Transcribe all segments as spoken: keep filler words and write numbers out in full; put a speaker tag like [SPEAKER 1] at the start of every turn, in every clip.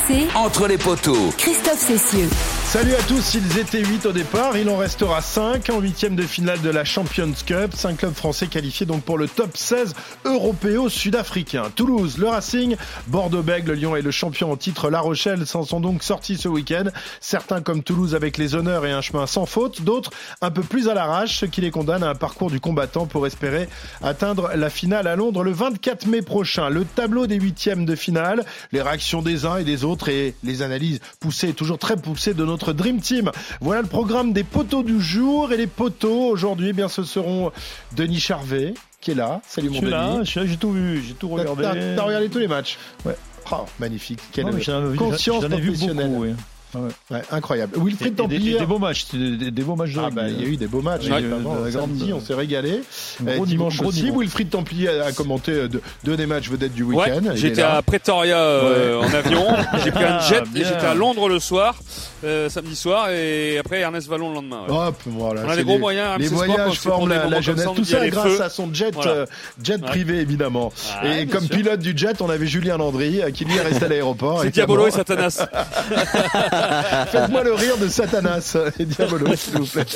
[SPEAKER 1] C.
[SPEAKER 2] Entre les poteaux.
[SPEAKER 1] Christophe Cessieux.
[SPEAKER 3] Salut à tous, ils étaient huit au départ, il en restera cinq en huitième de finale de la Champions Cup. cinq clubs français qualifiés donc pour le top seize européo-sud-africain. Toulouse, le Racing, Bordeaux-Bègles, le Lyon et le champion en titre La Rochelle s'en sont donc sortis ce week-end. Certains comme Toulouse avec les honneurs et un chemin sans faute, d'autres un peu plus à l'arrache, ce qui les condamne à un parcours du combattant pour espérer atteindre la finale à Londres le vingt-quatre mai prochain. Le tableau des huitièmes de finale, les réactions des uns et des autres et les analyses poussées, toujours très poussées de notre Dream Team. Voilà le programme des poteaux du jour. Et les poteaux aujourd'hui, eh bien, ce seront Denis Charvet qui est là. Salut mon Denis.
[SPEAKER 4] Là, je suis là, j'ai tout vu, j'ai tout regardé.
[SPEAKER 3] T'as, t'as, t'as regardé tous les matchs?
[SPEAKER 4] Ouais.
[SPEAKER 3] Oh, magnifique. Quelle
[SPEAKER 4] non, j'en,
[SPEAKER 3] conscience
[SPEAKER 4] j'en ai vu
[SPEAKER 3] professionnelle.
[SPEAKER 4] beaucoup, oui.
[SPEAKER 3] Ouais. Ouais, incroyable. Wilfried
[SPEAKER 4] Templier.
[SPEAKER 3] Templier.
[SPEAKER 4] Des, des beaux matchs, des, des, des beaux matchs de
[SPEAKER 3] Ah bah, il y a eu des beaux matchs. Ouais, ouais, samedi, on s'est régalé. Euh, dimanche
[SPEAKER 4] gros
[SPEAKER 3] aussi,
[SPEAKER 4] niveau.
[SPEAKER 3] Wilfried Templier a commenté deux, deux des matchs vedettes du week-end.
[SPEAKER 5] Ouais, j'étais à Pretoria euh, ouais. en avion. J'ai pris un jet et j'étais à Londres le soir, euh, samedi soir, et après Ernest Vallon le lendemain. Ouais.
[SPEAKER 3] Hop, voilà.
[SPEAKER 5] On a des gros les, moyens.
[SPEAKER 3] Les voyages forment la, la jeunesse. Tout ça grâce feux. à son jet, voilà. euh, jet ouais. privé évidemment. Ah, et comme sûr. pilote du jet, on avait Julien Landry qui lui est resté à l'aéroport.
[SPEAKER 5] C'est Diabolo et Satanas.
[SPEAKER 3] Faites-moi le rire de Satanas et Diabolo, s'il vous plaît.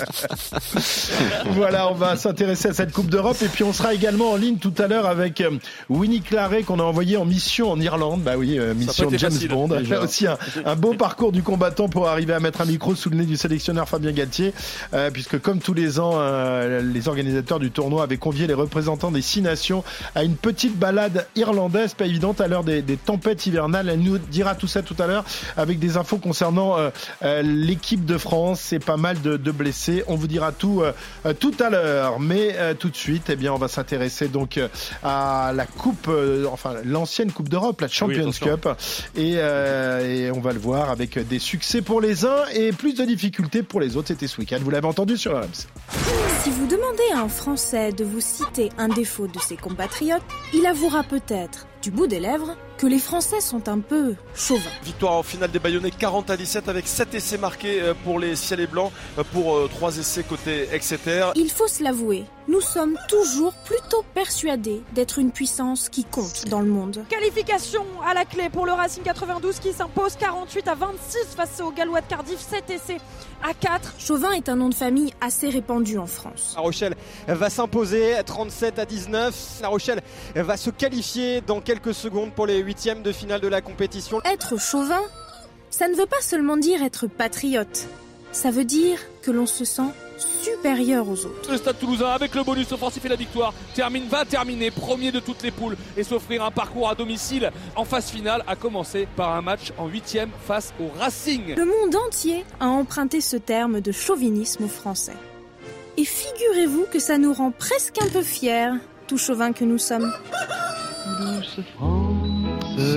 [SPEAKER 3] Voilà, on va s'intéresser à cette Coupe d'Europe et puis on sera également en ligne tout à l'heure avec Winnie Claret qu'on a envoyé en mission en Irlande. Bah oui, euh, mission James facile, Bond. Déjà. Aussi un, un beau parcours du combattant pour arriver à mettre un micro sous le nez du sélectionneur Fabien Galtier, euh, puisque comme tous les ans, euh, les organisateurs du tournoi avaient convié les représentants des six nations à une petite balade irlandaise, pas évidente à l'heure des, des tempêtes hivernales. Elle nous dira tout ça tout à l'heure avec des infos concernant euh, euh, l'équipe de France. C'est pas mal de, de blessés. On vous dira tout euh, tout à l'heure, mais euh, tout de suite, eh bien, on va s'intéresser donc euh, à la coupe, euh, enfin l'ancienne Coupe d'Europe, la Champions oui, Cup, et, euh, et on va le voir avec des succès pour les uns et plus de difficultés pour les autres. C'était ce week-end. Vous l'avez entendu sur R M C.
[SPEAKER 6] Si vous demandez à un Français de vous citer un défaut de ses compatriotes, il avouera peut-être, du bout des lèvres, que les Français sont un peu chauvins.
[SPEAKER 7] Victoire en finale des Bayonnais quarante à dix-sept avec sept essais marqués pour les Ciel et Blancs, pour trois essais côté Exeter.
[SPEAKER 6] Il faut se l'avouer, nous sommes toujours plutôt persuadés d'être une puissance qui compte dans le monde.
[SPEAKER 8] Qualification à la clé pour le Racing quatre-vingt-douze qui s'impose quarante-huit à vingt-six face aux Gallois de Cardiff, sept essais à quatre.
[SPEAKER 6] Chauvin est un nom de famille assez répandu en France.
[SPEAKER 9] La Rochelle va s'imposer trente-sept à dix-neuf. La Rochelle va se qualifier dans quelques secondes pour les huitièmes de finale de la compétition.
[SPEAKER 6] Être chauvin, ça ne veut pas seulement dire être patriote. Ça veut dire que l'on se sent supérieur aux autres.
[SPEAKER 5] Le Stade Toulousain, avec le bonus offensif et la victoire, termine, va terminer premier de toutes les poules et s'offrir un parcours à domicile en phase finale, à commencer par un match en huitième face au Racing.
[SPEAKER 6] Le monde entier a emprunté ce terme de chauvinisme aux Français. Et figurez-vous que ça nous rend presque un peu fiers, tout chauvins que nous sommes.
[SPEAKER 4] Douce France,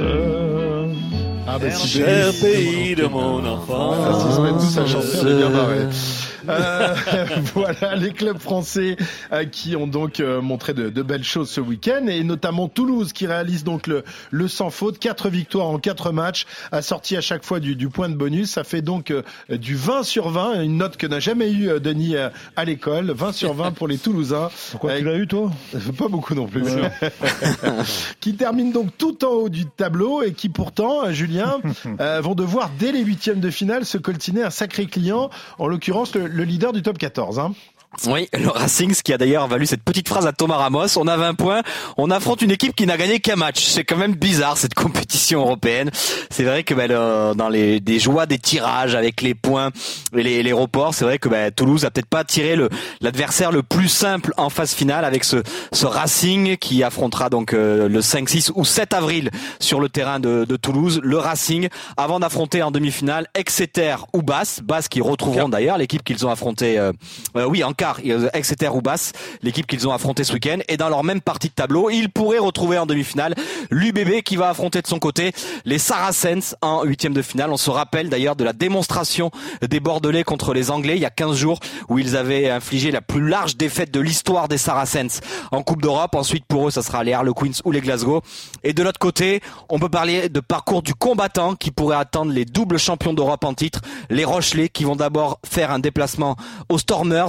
[SPEAKER 3] ah bah si
[SPEAKER 5] cher pays de mon enfance.
[SPEAKER 3] Ah, si se mettent tous à chanter, on est bien barrés. Euh, voilà les clubs français euh, qui ont donc euh, montré de, de belles choses ce week-end et notamment Toulouse qui réalise donc le, le sans faute, quatre victoires en quatre matchs, assorti à chaque fois du, du point de bonus. Ça fait donc euh, du vingt sur vingt, une note que n'a jamais eu euh, Denis euh, à l'école, vingt sur vingt pour les Toulousains.
[SPEAKER 4] Pourquoi euh, tu l'as eu toi?
[SPEAKER 3] Pas beaucoup non plus. Ouais. Qui termine donc tout en haut du tableau et qui pourtant, euh, Julien, euh, vont devoir dès les huitièmes de finale se coltiner un sacré client, en l'occurrence le le leader du top quatorze. Hein.
[SPEAKER 10] Oui, le Racing, ce qui a d'ailleurs valu cette petite phrase à Thomas Ramos. On a vingt points, on affronte une équipe qui n'a gagné qu'un match. C'est quand même bizarre cette compétition européenne. C'est vrai que ben, le, dans les des joies des tirages avec les points et les, les reports, c'est vrai que ben, Toulouse a peut-être pas tiré le l'adversaire le plus simple en phase finale avec ce ce Racing qui affrontera donc euh, le cinq, six ou sept avril sur le terrain de, de Toulouse. Le Racing avant d'affronter en demi-finale Exeter ou Basse, Basse qui retrouveront d'ailleurs l'équipe qu'ils ont affronté. Euh, euh, oui, en Exeter ou Basse, l'équipe qu'ils ont affronté ce week-end, et dans leur même partie de tableau, ils pourraient retrouver en demi-finale l'U B B qui va affronter de son côté les Saracens en huitième de finale. On se rappelle d'ailleurs de la démonstration des Bordelais contre les Anglais il y a quinze jours où ils avaient infligé la plus large défaite de l'histoire des Saracens en Coupe d'Europe. Ensuite pour eux ça sera les Harlequins ou les Glasgow. Et de l'autre côté, on peut parler de parcours du combattant qui pourrait attendre les doubles champions d'Europe en titre, les Rochelais qui vont d'abord faire un déplacement aux Stormers en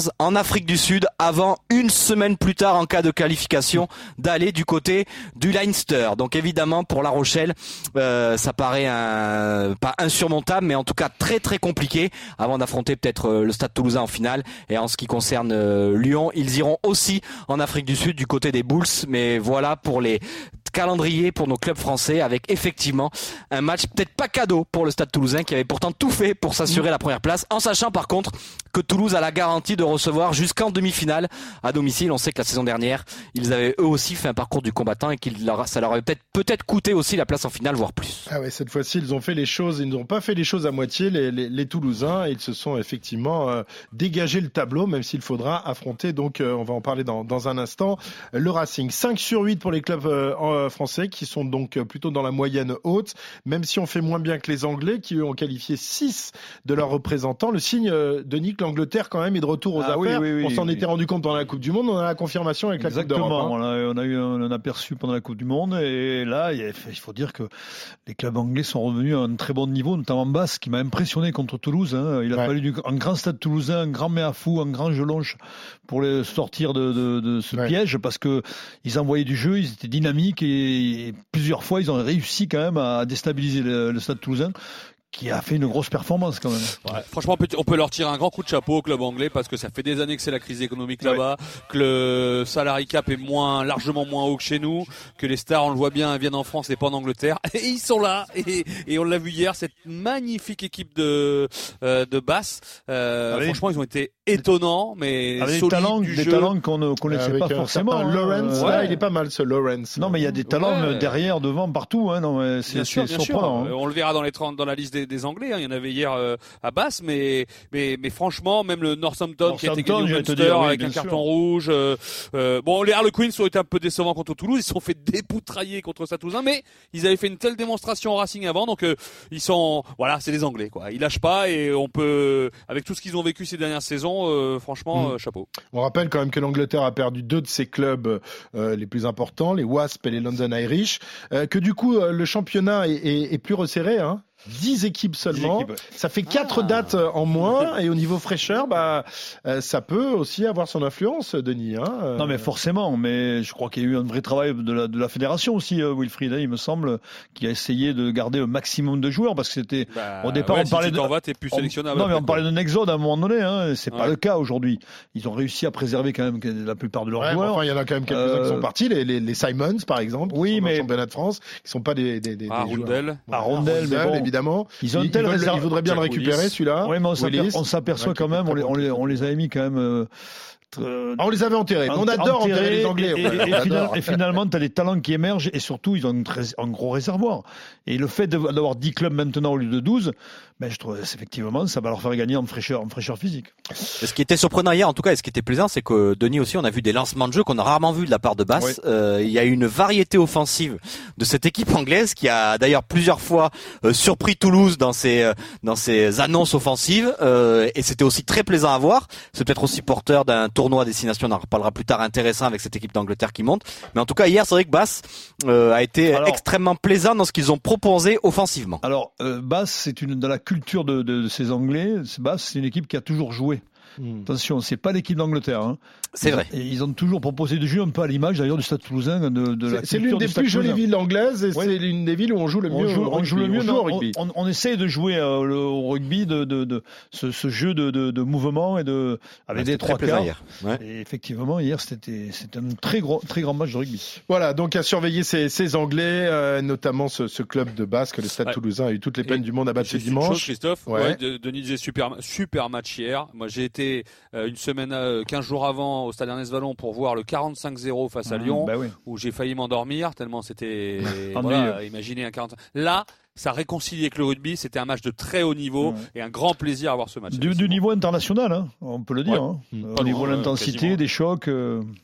[SPEAKER 10] Afrique du Sud avant une semaine plus tard en cas de qualification d'aller du côté du Leinster. Donc évidemment pour La Rochelle, euh, ça paraît un, pas insurmontable, mais en tout cas très très compliqué avant d'affronter peut-être euh, le Stade Toulousain en finale. Et en ce qui concerne euh, Lyon, ils iront aussi en Afrique du Sud du côté des Bulls. Mais voilà pour les calendriers pour nos clubs français, avec effectivement un match peut-être pas cadeau pour le Stade Toulousain qui avait pourtant tout fait pour s'assurer la première place, en sachant par contre que Toulouse a la garantie de recevoir jusqu'en demi-finale à domicile. On sait que la saison dernière, ils avaient eux aussi fait un parcours du combattant et qu'il leur, ça leur avait peut-être peut-être coûté aussi la place en finale, voire plus.
[SPEAKER 3] Ah ouais, cette fois-ci, ils ont fait les choses, ils n'ont pas fait les choses à moitié, les, les, les Toulousains, et ils se sont effectivement euh, dégagé le tableau, même s'il faudra affronter, donc euh, on va en parler dans, dans un instant, le Racing. cinq sur huit pour les clubs euh, français, qui sont donc plutôt dans la moyenne haute, même si on fait moins bien que les Anglais, qui eux ont qualifié six de leurs représentants. Le signe, euh, Denis, que l'Angleterre quand même est de retour aux
[SPEAKER 4] ah,
[SPEAKER 3] affaires.
[SPEAKER 4] Oui, oui, oui,
[SPEAKER 3] on s'en
[SPEAKER 4] oui.
[SPEAKER 3] était rendu compte pendant la Coupe du Monde, on a la confirmation avec
[SPEAKER 4] Exactement.
[SPEAKER 3] la Coupe d'Europe.
[SPEAKER 4] Hein. On, a, on a eu un, un aperçu pendant la Coupe du Monde, et là, il faut dire que les clubs anglais sont revenus à un très bon niveau, notamment Basse, qui m'a impressionné contre Toulouse. Hein. Il a ouais. fallu du, un grand Stade Toulousain, un grand Méafou, un grand Jelonche pour les sortir de, de, de ce ouais. piège, parce que ils envoyaient du jeu, ils étaient dynamiques, et, et plusieurs fois ils ont réussi quand même à déstabiliser le, le Stade Toulousain, qui a fait une grosse performance quand même.
[SPEAKER 5] Ouais, franchement, on peut leur tirer un grand coup de chapeau au club anglais, parce que ça fait des années que c'est la crise économique là-bas, ouais. que le salary cap est moins, largement moins haut que chez nous, que les stars, on le voit bien, viennent en France et pas en Angleterre, et ils sont là, et, et on l'a vu hier, cette magnifique équipe de euh, de Basse. Euh, Allez. Franchement, ils ont été étonnants, mais
[SPEAKER 4] avec
[SPEAKER 5] solides
[SPEAKER 4] des talents,
[SPEAKER 5] du
[SPEAKER 4] des
[SPEAKER 5] jeu.
[SPEAKER 4] talents qu'on ne connaissait pas forcément.
[SPEAKER 3] Hein. Lawrence,
[SPEAKER 4] euh,
[SPEAKER 3] là,
[SPEAKER 4] ouais.
[SPEAKER 3] il est pas mal ce Lawrence.
[SPEAKER 4] Non, mais il y a des talents
[SPEAKER 5] ouais.
[SPEAKER 4] derrière, devant, partout. Hein. Non, mais c'est,
[SPEAKER 5] bien sûr,
[SPEAKER 4] c'est
[SPEAKER 5] bien
[SPEAKER 4] surprenant.
[SPEAKER 5] sûr.
[SPEAKER 4] Hein.
[SPEAKER 5] On le verra dans les trente, dans la liste des, des Anglais. Hein. Il y en avait hier euh, à Basse, mais mais mais franchement, même le Northampton, Northampton qui a été gagné au Munster dire, oui, avec un carton sûr. rouge. Euh, euh, bon, les Harlequins ont été un peu décevants contre Toulouse. Ils se sont fait dépoutrailler contre Stade Toulousain, mais ils avaient fait une telle démonstration au Racing avant, donc euh, ils sont, voilà, c'est les Anglais, quoi. Ils lâchent pas, et on peut, avec tout ce qu'ils ont vécu ces dernières saisons, euh, franchement, mmh. euh, chapeau.
[SPEAKER 3] On rappelle quand même que l'Angleterre a perdu deux de ses clubs euh, les plus importants, les Wasps et les London Irish, euh, que du coup euh, le championnat est, est, est plus resserré, hein. dix équipes seulement, dix équipes. Ça fait quatre ah. dates en moins, et au niveau fraîcheur, bah, euh, ça peut aussi avoir son influence, Denis. Hein.
[SPEAKER 4] Non mais forcément, mais je crois qu'il y a eu un vrai travail de la, de la fédération aussi, euh, Wilfried, il me semble, qui a essayé de garder un maximum de joueurs, parce que c'était,
[SPEAKER 5] bah,
[SPEAKER 4] au départ
[SPEAKER 5] ouais,
[SPEAKER 4] on parlait
[SPEAKER 5] si
[SPEAKER 4] de...
[SPEAKER 5] t'en vas, t'es plus sélectionnable.
[SPEAKER 4] Non mais on parlait d'un exode à un moment donné, hein. C'est ouais. pas le cas aujourd'hui. Ils ont réussi à préserver quand même la plupart de leurs
[SPEAKER 3] ouais,
[SPEAKER 4] joueurs.
[SPEAKER 3] Enfin, il y en a quand même quelques-uns euh... qui sont partis, les, les, les Simons par exemple, qui
[SPEAKER 4] oui,
[SPEAKER 3] sont
[SPEAKER 4] mais...
[SPEAKER 3] dans le championnat de France, qui sont pas des, des, des,
[SPEAKER 5] ah,
[SPEAKER 3] des
[SPEAKER 5] Rundel.
[SPEAKER 3] joueurs.
[SPEAKER 4] Ah, Rundel, mais bon,
[SPEAKER 3] évidemment.
[SPEAKER 4] Ils ont
[SPEAKER 3] Ils, ils, veulent, ils voudraient bien Jack le récupérer, Willis. Celui-là.
[SPEAKER 4] Oui, mais on, s'aper, on s'aperçoit quand même, on les, on, les, on les avait mis quand même... Euh,
[SPEAKER 3] Euh, on les avait enterrés. On adore enterrer, enterrer les Anglais.
[SPEAKER 4] Et, et, et, final, et finalement, tu as des talents qui émergent, et surtout, ils ont une très, un gros réservoir. Et le fait de, d'avoir dix clubs maintenant au lieu de douze, ben, je trouve effectivement, ça va leur faire gagner en fraîcheur, en fraîcheur physique.
[SPEAKER 10] Ce qui était surprenant hier, en tout cas, et ce qui était plaisant, c'est que Denis aussi, on a vu des lancements de jeu qu'on a rarement vus de la part de Basse. Oui. Euh, il y a eu une variété offensive de cette équipe anglaise qui a d'ailleurs plusieurs fois euh, surpris Toulouse dans ses euh, dans ses annonces offensives. Euh, et c'était aussi très plaisant à voir. C'est peut-être aussi porteur d'un tournoi à destination, on en reparlera plus tard, intéressant avec cette équipe d'Angleterre qui monte. Mais en tout cas, hier, c'est vrai que Basse euh, a été alors, extrêmement plaisant dans ce qu'ils ont proposé offensivement.
[SPEAKER 4] Alors, euh, Basse, c'est une dans la culture de, de, de ces Anglais. Basse, c'est une équipe qui a toujours joué. Mmh. Attention, c'est pas l'équipe d'Angleterre. Hein.
[SPEAKER 10] C'est
[SPEAKER 4] ils,
[SPEAKER 10] vrai.
[SPEAKER 4] Et ils ont toujours proposé du jeu, un peu à l'image d'ailleurs du Stade Toulousain. De, de
[SPEAKER 3] c'est,
[SPEAKER 4] la
[SPEAKER 3] c'est l'une des plus jolies villes anglaises, et ouais. c'est l'une des villes où on joue le mieux.
[SPEAKER 4] On joue, on joue le mieux.
[SPEAKER 3] On,
[SPEAKER 4] non,
[SPEAKER 3] au rugby.
[SPEAKER 4] On, on, on essaye de jouer euh, le, au rugby, de, de, de ce, ce jeu de, de, de mouvement et de avec ouais, des trois quarts. Ouais. Et effectivement, hier, c'était, c'était un très gros, très grand match de rugby.
[SPEAKER 3] Voilà, donc à surveiller ces, ces Anglais, euh, notamment ce, ce club de Basse que le Stade ouais. Toulousain a eu toutes les peines et du monde à battre ce dimanche.
[SPEAKER 5] Chose, Christophe, ouais. Ouais, de, Denis disait super, super match hier. Moi, j'ai été euh, une semaine, euh, quinze jours avant au Stade Ernest-Vallon pour voir le quarante-cinq zéro face à Lyon, mmh, bah oui. où j'ai failli m'endormir tellement c'était. Voilà, imaginez un quarante. Là, ça réconciliait avec le rugby. C'était un match de très haut niveau mmh. et un grand plaisir à voir ce match.
[SPEAKER 4] Du, du niveau international, hein, on peut le dire. Ouais. Hein. Mmh. Au niveau de l'intensité, des chocs. Euh...
[SPEAKER 5] Ouais.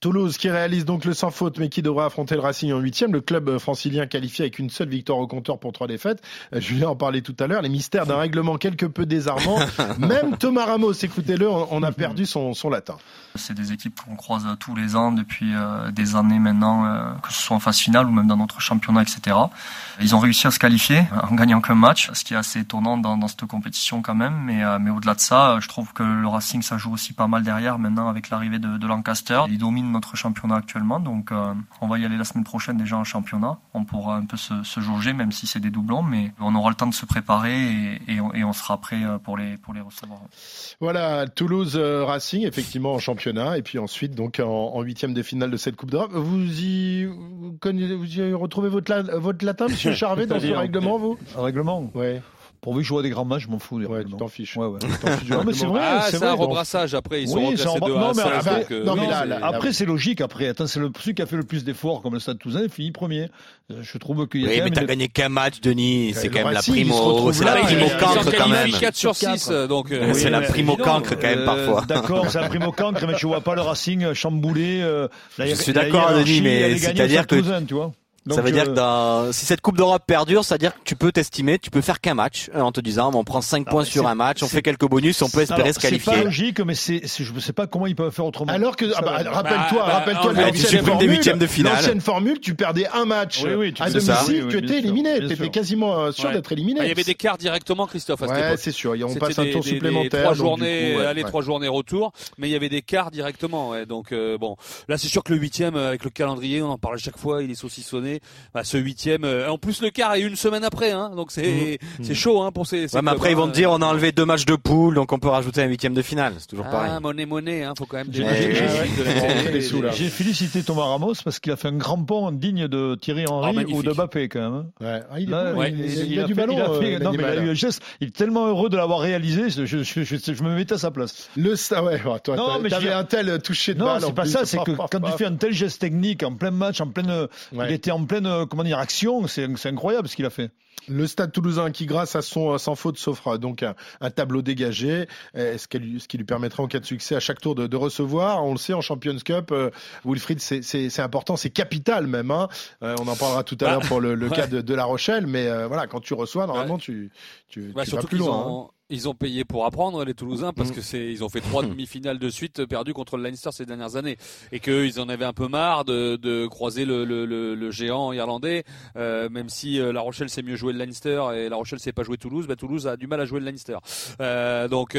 [SPEAKER 3] Toulouse qui réalise donc le sans faute mais qui devra affronter le Racing en huitième. Le club francilien qualifié avec une seule victoire au compteur pour trois défaites. Euh, Julien en parlait tout à l'heure. Les mystères d'un règlement quelque peu désarmant. Même Thomas Ramos, écoutez-le, on, on a perdu son, son latin.
[SPEAKER 1] C'est des équipes qu'on croise tous les ans depuis euh, des années maintenant, euh, que ce soit en phase finale ou même dans notre championnat, et cetera. Ils ont réussi à se qualifier en gagnant qu'un match, ce qui est assez étonnant dans, dans cette compétition quand même. Mais, euh, mais au-delà de ça, je trouve que le Racing, ça joue aussi pas mal derrière maintenant avec l'arrivée de, de Lancaster. Ils dominent notre championnat actuellement, donc euh, on va y aller la semaine prochaine déjà en championnat. On pourra un peu se, se jauger, même si c'est des doublons, mais on aura le temps de se préparer et, et, on, et on sera prêt pour les, pour les recevoir.
[SPEAKER 3] Voilà, Toulouse euh, Racing, effectivement en championnat, et puis ensuite donc en huitième de finale de cette Coupe d'Europe. Vous y, vous connaissez, vous y retrouvez votre, la, votre latin, Monsieur Charvet, dans ce règlement, vous?
[SPEAKER 4] Un règlement?
[SPEAKER 3] Ouais.
[SPEAKER 4] Pourvu que je joue des grands matchs, je m'en fous.
[SPEAKER 3] Ouais, tu t'en fiches.
[SPEAKER 4] Ouais, ouais.
[SPEAKER 3] Non, mais c'est vrai.
[SPEAKER 5] Ah,
[SPEAKER 3] c'est,
[SPEAKER 5] c'est
[SPEAKER 3] vrai,
[SPEAKER 5] un
[SPEAKER 3] donc...
[SPEAKER 5] rebrassage. Après, ils sont
[SPEAKER 4] oui,
[SPEAKER 5] reclassés
[SPEAKER 4] de
[SPEAKER 5] un à seize.
[SPEAKER 3] Après,
[SPEAKER 5] donc, euh,
[SPEAKER 3] non, mais là,
[SPEAKER 5] c'est...
[SPEAKER 3] là,
[SPEAKER 4] après c'est logique. Après, attends, c'est le celui qui a fait le plus d'efforts, comme le Stade Toulousain, il finit premier. Je trouve qu'il y a
[SPEAKER 10] oui,
[SPEAKER 4] quand
[SPEAKER 10] mais
[SPEAKER 4] même
[SPEAKER 10] t'as
[SPEAKER 4] une...
[SPEAKER 10] gagné qu'un match, Denis. C'est
[SPEAKER 3] le
[SPEAKER 10] quand même
[SPEAKER 3] Racing,
[SPEAKER 10] la primo, c'est la primo cancre quand même.
[SPEAKER 5] quatre sur six, donc.
[SPEAKER 10] Euh, oui, c'est la primo cancre quand même parfois.
[SPEAKER 4] Euh, d'accord, c'est la primo cancre, mais tu vois pas le Racing chamboulé. Euh,
[SPEAKER 10] la, je suis d'accord, Denis, mais c'est-à-dire que.
[SPEAKER 4] Tu vois. Donc,
[SPEAKER 10] ça veut dire
[SPEAKER 4] euh...
[SPEAKER 10] que dans, si cette Coupe d'Europe perdure, ça veut dire que tu peux t'estimer, tu peux faire qu'un match, en te disant, on prend cinq points sur un match, on fait quelques bonus, on peut espérer
[SPEAKER 4] alors,
[SPEAKER 10] se qualifier.
[SPEAKER 4] C'est pas logique, mais c'est, c'est, je ne sais pas comment ils peuvent faire autrement.
[SPEAKER 3] Alors que, ah bah, rappelle-toi,
[SPEAKER 5] bah,
[SPEAKER 3] rappelle-toi
[SPEAKER 5] bah,
[SPEAKER 3] de l'ancienne formule,
[SPEAKER 10] huitième de finale.
[SPEAKER 3] L'ancienne formule, tu perdais un match
[SPEAKER 4] oui, oui, tu
[SPEAKER 3] à domicile, tu étais éliminé, tu étais quasiment sûr
[SPEAKER 5] ouais.
[SPEAKER 3] d'être éliminé.
[SPEAKER 5] Il y avait des quarts directement, Christophe, à cette
[SPEAKER 3] ouais,
[SPEAKER 5] époque.
[SPEAKER 3] c'est sûr, on
[SPEAKER 5] C'était
[SPEAKER 3] passe un
[SPEAKER 5] des,
[SPEAKER 3] tour
[SPEAKER 5] des,
[SPEAKER 3] supplémentaire.
[SPEAKER 5] Des trois journées,
[SPEAKER 3] coup, ouais,
[SPEAKER 5] aller,
[SPEAKER 3] ouais.
[SPEAKER 5] trois journées retour, mais il y avait des quarts directement, ouais. Donc, euh, bon. Là, c'est sûr que le huitième, avec le calendrier, on en parle à chaque fois, il est saucissonné. Bah, ce huitième, euh, en plus, le quart est une semaine après, hein. Donc c'est, mmh. c'est chaud, hein, pour ces, ces
[SPEAKER 10] ouais, mais après, ils vont te dire, on a enlevé deux matchs de poule, donc on peut rajouter un huitième de finale. C'est toujours
[SPEAKER 5] ah,
[SPEAKER 10] pareil.
[SPEAKER 5] monnaie, monnaie, hein. Faut quand même
[SPEAKER 4] j'ai,
[SPEAKER 5] j'ai,
[SPEAKER 4] j'ai, j'ai, j'ai félicité Thomas Ramos parce qu'il a fait un grand pont digne de Thierry Henry
[SPEAKER 5] oh,
[SPEAKER 4] ou de Mbappé, quand même.
[SPEAKER 3] Ouais. Ah, il, est
[SPEAKER 5] Là,
[SPEAKER 3] bon,
[SPEAKER 5] ouais.
[SPEAKER 3] il, il,
[SPEAKER 4] il,
[SPEAKER 3] il a, a du
[SPEAKER 4] fait,
[SPEAKER 3] ballon.
[SPEAKER 4] Il a fait,
[SPEAKER 3] euh,
[SPEAKER 4] non, mais il a eu un geste. Il est tellement heureux de l'avoir réalisé. Je, je, je, je, je me mettais à sa place.
[SPEAKER 3] Le, ah ouais, toi,
[SPEAKER 4] non, mais
[SPEAKER 3] t'avais un tel touché de
[SPEAKER 4] non,
[SPEAKER 3] balle.
[SPEAKER 4] Non, c'est pas
[SPEAKER 3] plus,
[SPEAKER 4] ça. C'est que
[SPEAKER 3] paf,
[SPEAKER 4] quand
[SPEAKER 3] paf.
[SPEAKER 4] tu fais un tel geste technique en plein match, en pleine, ouais. il était en pleine, comment dire, action. C'est, c'est incroyable ce qu'il a fait.
[SPEAKER 3] Le Stade Toulousain qui, grâce à son sans faute, s'offre donc un, un tableau dégagé, ce qui, lui, ce qui lui permettra en cas de succès à chaque tour de, de recevoir. On le sait en Champions Cup, euh, Wilfried, c'est, c'est, c'est important, c'est capital même. Hein. Euh, on en parlera tout à l'heure pour le, le ouais. cas de, de La Rochelle, mais euh, voilà, quand tu reçois, normalement, ouais. tu, tu, bah, tu vas plus loin.
[SPEAKER 5] Ont...
[SPEAKER 3] Hein.
[SPEAKER 5] Ils ont payé pour apprendre, les Toulousains, parce que c'est, ils ont fait trois demi-finales de suite perdues contre le Leinster ces dernières années. Et qu'ils en avaient un peu marre de, de croiser le, le, le, le géant irlandais, euh, même si euh, La Rochelle sait mieux jouer le Leinster et La Rochelle sait pas jouer Toulouse, bah Toulouse a du mal à jouer le Leinster. Euh, donc,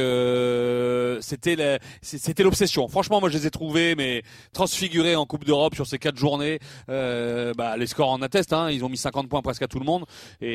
[SPEAKER 5] euh, c'était la, c'était l'obsession. Franchement, moi, je les ai trouvés, mais transfigurés en Coupe d'Europe sur ces quatre journées. Euh, bah, les scores en attestent, hein. Ils ont mis cinquante points presque à tout le monde. Et,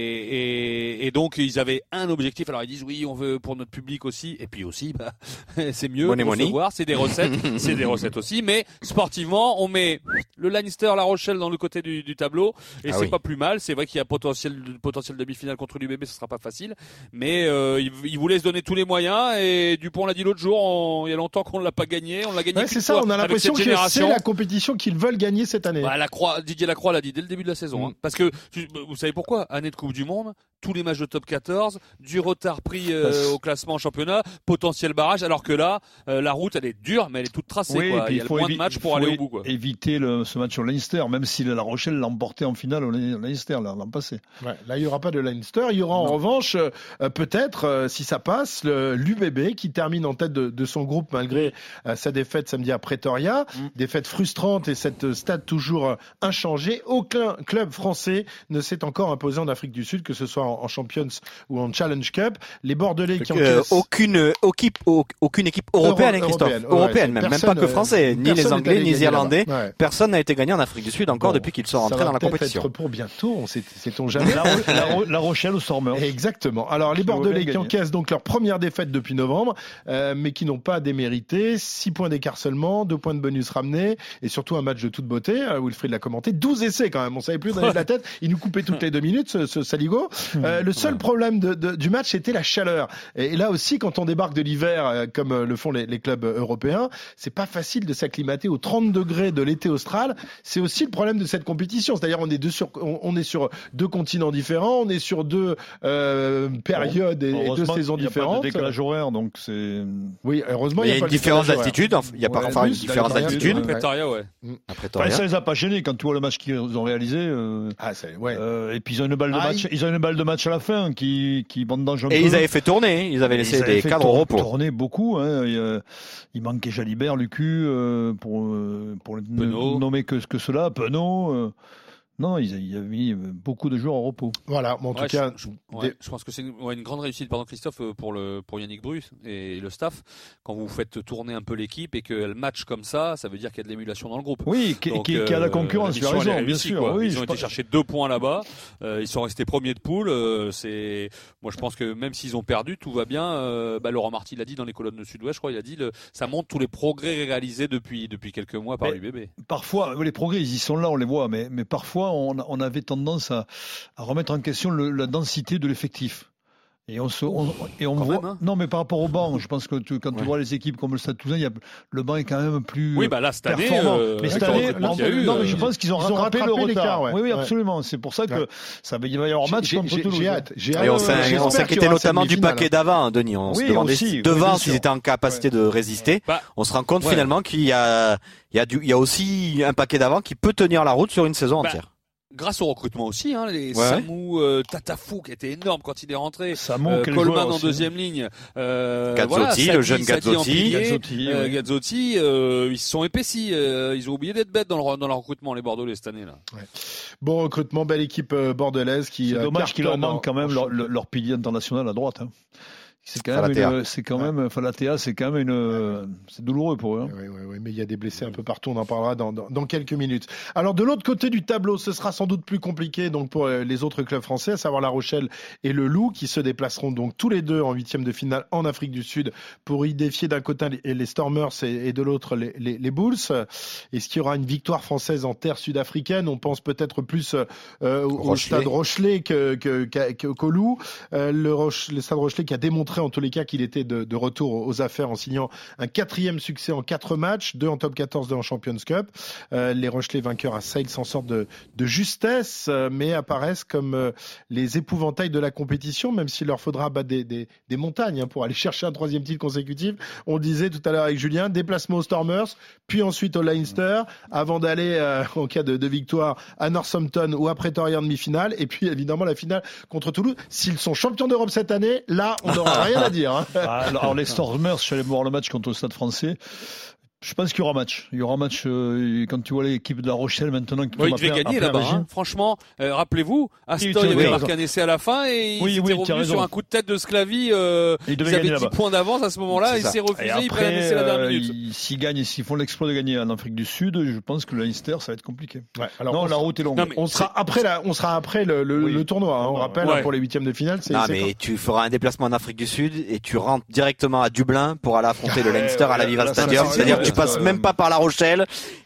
[SPEAKER 5] et, et donc, ils avaient un objectif. Alors, ils disent, oui, on veut pour notre public aussi, et puis aussi, bah, c'est mieux
[SPEAKER 10] money,
[SPEAKER 5] pour
[SPEAKER 10] money.
[SPEAKER 5] se voir, c'est des recettes, c'est des recettes aussi, mais sportivement, on met le Leinster, La Rochelle dans le côté du, du tableau, et ah c'est oui. pas plus mal. C'est vrai qu'il y a potentiel, potentiel demi-finale contre l'U B B, ce sera pas facile, mais euh, ils, ils voulaient se donner tous les moyens, et Dupont l'a dit l'autre jour, on, il y a longtemps qu'on ne l'a pas gagné, on l'a gagné.
[SPEAKER 3] Ouais, c'est ça, on a l'impression que c'est la compétition qu'ils veulent gagner cette année.
[SPEAKER 5] Bah, la Croix, Didier Lacroix l'a dit dès le début de la saison, mmh. hein, parce que vous savez pourquoi, année de Coupe du Monde, tous les matchs de top quatorze, du retard pris euh, au classement en championnat, potentiel barrage, alors que là, euh, la route elle est dure, mais elle est toute tracée. Oui, quoi. Il y a il le moins évi- de matchs pour aller au bout. Quoi.
[SPEAKER 4] Éviter le, ce match au Leinster, même si La Rochelle l'a emporté en finale au Leinster l'an passé.
[SPEAKER 3] Ouais, là, il n'y aura pas de Leinster. Il y aura non. en revanche, euh, peut-être, euh, si ça passe, le, l'U B B qui termine en tête de, de son groupe malgré euh, sa défaite samedi à Pretoria. Mm. Défaite frustrante et cette stade toujours inchangée. Aucun club français ne s'est encore imposé en Afrique du Sud, que ce soit en, en Champions ou en Challenge Cup. Les Bordelais qui
[SPEAKER 10] euh,
[SPEAKER 3] encaissent...
[SPEAKER 10] aucune, aucune, aucune équipe européenne, Euro- Christophe. Européenne, européenne ouais, même, même pas que français. Ni les Anglais, ni les Irlandais. Ouais. Personne n'a été gagné en Afrique du Sud encore bon, depuis qu'ils sont rentrés dans la compétition.
[SPEAKER 3] Ça va peut-être être pour bientôt, on sait, sait-on jamais.
[SPEAKER 4] La, la, la Rochelle au Stormers.
[SPEAKER 3] Exactement. Alors, les Bordelais qui encaissent donc leur première défaite depuis novembre, euh, mais qui n'ont pas démérité. six points d'écart seulement, deux points de bonus ramenés, et surtout un match de toute beauté. Euh, Wilfried l'a commenté. douze essais quand même, on savait plus donner de la tête. Il nous coupait toutes les deux minutes, ce, ce Saligo. Euh, le seul ouais. problème de, de, du match, c'était la chaleur. Et là aussi, quand on débarque de l'hiver, euh, comme euh, le font les, les clubs européens, c'est pas facile de s'acclimater aux trente degrés de l'été austral. C'est aussi le problème de cette compétition. C'est-à-dire, on est deux sur, on, on est sur deux continents différents, on est sur deux euh, périodes et, et deux saisons différentes. Il n'y a pas
[SPEAKER 4] de décalage horaire, donc c'est.
[SPEAKER 3] Oui, heureusement,
[SPEAKER 10] il y a,
[SPEAKER 3] y a
[SPEAKER 10] une
[SPEAKER 3] pas
[SPEAKER 10] différence d'altitude. Il y a pas enfin une différence d'altitude.
[SPEAKER 5] À Pretoria, ouais.
[SPEAKER 4] À Pretoria. Ça les a pas gênés quand tu vois le match qu'ils ont réalisé. Euh,
[SPEAKER 3] ah, c'est ouais.
[SPEAKER 4] Euh, et puis ils ont une balle de ah, match. Il... Ils ont une balle de match à la fin qui qui vendange un
[SPEAKER 10] et
[SPEAKER 4] peu.
[SPEAKER 10] Et ils avaient fait tourner. Ils avaient laissé ils des cadres au repos.
[SPEAKER 4] Tourner beaucoup. Hein. Il, il manquait Jalibert, Lucu euh, pour pour ne nommer que que cela. Penaud. Euh, Non, ils avaient mis beaucoup de joueurs au repos.
[SPEAKER 3] Voilà, mais en tout
[SPEAKER 5] ouais,
[SPEAKER 3] cas,
[SPEAKER 5] je, je, ouais, je pense que c'est une, ouais, une grande réussite, pardon Christophe, pour le pour Yannick Bruce et le staff. Quand vous faites tourner un peu l'équipe et qu'elle match comme ça, ça veut dire qu'il y a de l'émulation dans le groupe.
[SPEAKER 4] Oui, qui, Donc, qui, euh, qui a la concurrence. Tu as raison, réussi, bien sûr. Oui,
[SPEAKER 5] ils ont été pense... chercher deux points là-bas. Euh, ils sont restés premiers de poule. Euh, c'est, moi, je pense que même s'ils ont perdu, tout va bien. Euh, bah, Laurent Marty l'a dit dans les colonnes de Sud-Ouest, je crois. Il a dit, le, ça montre tous les progrès réalisés depuis depuis quelques mois par l'U B B.
[SPEAKER 4] Parfois, les progrès, ils y sont là, on les voit, mais mais parfois, on, on avait tendance à, à remettre en question le, la densité de l'effectif. Et on se, on, et on voit. Même, hein. Non, mais par rapport au banc, je pense que tu, quand ouais. tu vois les équipes comme le Stade Toulousain, il y a, le banc est quand même plus.
[SPEAKER 5] Oui, bah là, cette année.
[SPEAKER 4] Euh, mais cette année, non,
[SPEAKER 5] eu,
[SPEAKER 4] non, mais je pense qu'ils ont, ils rattrapé, rattrapé le retard.
[SPEAKER 3] Ouais.
[SPEAKER 4] Oui, oui, absolument. Ouais. C'est pour ça que ouais. ça va, il va y avoir match contre Toulouse.
[SPEAKER 3] J'ai hâte. J'ai
[SPEAKER 10] hâte. Et on, on s'inquiétait notamment du paquet d'avant, hein, Denis. On oui, se demandait aussi, devant s'ils étaient en capacité de résister. Bah, on se rend compte finalement qu'il y a, il y a du, il y a aussi un paquet d'avant qui peut tenir la route sur une saison entière.
[SPEAKER 5] Grâce au recrutement aussi, hein, les ouais. Samou, euh, Tatafou qui était énorme quand il est rentré,
[SPEAKER 4] Samou,
[SPEAKER 5] euh, Coleman en deuxième ligne,
[SPEAKER 10] euh, Gazzotti, voilà, Sadi, le jeune Gazzotti,
[SPEAKER 5] Gazzotti, euh, ouais. Gazzotti euh, ils se sont épaissis, euh, ils ont oublié d'être bêtes dans leur dans leur recrutement les Bordelais cette année là.
[SPEAKER 3] Ouais. Bon recrutement, belle équipe euh, bordelaise qui.
[SPEAKER 4] C'est dommage qu'il leur manque quand même leur, leur pilier international à droite. Hein. C'est quand même, une, c'est quand même, ouais. Falatea, c'est quand même une, c'est douloureux pour eux. Hein.
[SPEAKER 3] Oui, oui, oui, mais il y a des blessés un peu partout. On en parlera dans, dans, dans quelques minutes. Alors de l'autre côté du tableau, ce sera sans doute plus compliqué donc pour les autres clubs français, à savoir La Rochelle et le Loup, qui se déplaceront donc tous les deux en huitième de finale en Afrique du Sud pour y défier d'un côté les Stormers et, et de l'autre les, les, les Bulls. Est-ce qu'il y aura une victoire française en terre sud-africaine? On pense peut-être plus euh, au Stade Rochelet que, que, que, que, qu'au Loup. Euh, le, Roche, le Stade Rochelet qui a démontré en tous les cas qu'il était de, de retour aux affaires en signant un quatrième succès en quatre matchs, deux en top quatorze, deux en Champions Cup. Euh, les Rochelais vainqueurs à Sale s'en sortent de, de justesse, euh, mais apparaissent comme euh, les épouvantails de la compétition, même s'il leur faudra battre des, des, des montagnes hein, pour aller chercher un troisième titre consécutif. On le disait tout à l'heure avec Julien, déplacement aux Stormers, puis ensuite au Leinster, avant d'aller, euh, en cas de, de victoire, à Northampton ou à Pretoria en demi-finale, et puis évidemment la finale contre Toulouse. S'ils sont champions d'Europe cette année, là, on n'aura rien à dire. Hein.
[SPEAKER 4] Alors les Stormers, je suis allé voir le match contre le Stade Français. Je pense qu'il y aura match. Il y aura match euh, quand tu vois l'équipe de La Rochelle maintenant qui
[SPEAKER 5] oui, il devait gagner là-bas. Hein. Franchement, euh, rappelez-vous, Aston oui, avait marqué un essai à la fin et il oui, s'était oui, revenu sur un coup de tête de Sclavy. Euh, il devait ils avaient dix points d'avance à ce moment-là. Il s'est refusé. Après, il prenait un essai la dernière minute.
[SPEAKER 4] Euh, s'ils gagnent, s'ils font l'exploit de gagner en Afrique du Sud, je pense que le Leinster ça va être compliqué.
[SPEAKER 3] Ouais, alors
[SPEAKER 4] non, la route est longue.
[SPEAKER 3] Non, on sera après la, on sera après le, le, oui. le tournoi. Hein, on rappelle ouais. hein, pour les huitièmes de finale. C'est,
[SPEAKER 10] non,
[SPEAKER 3] c'est
[SPEAKER 10] mais
[SPEAKER 3] quand
[SPEAKER 10] tu feras un déplacement en Afrique du Sud et tu rentres directement à Dublin pour aller affronter le Leinster à la Viva Stadium. C'est-à-dire que tu passes même pas par La Rochelle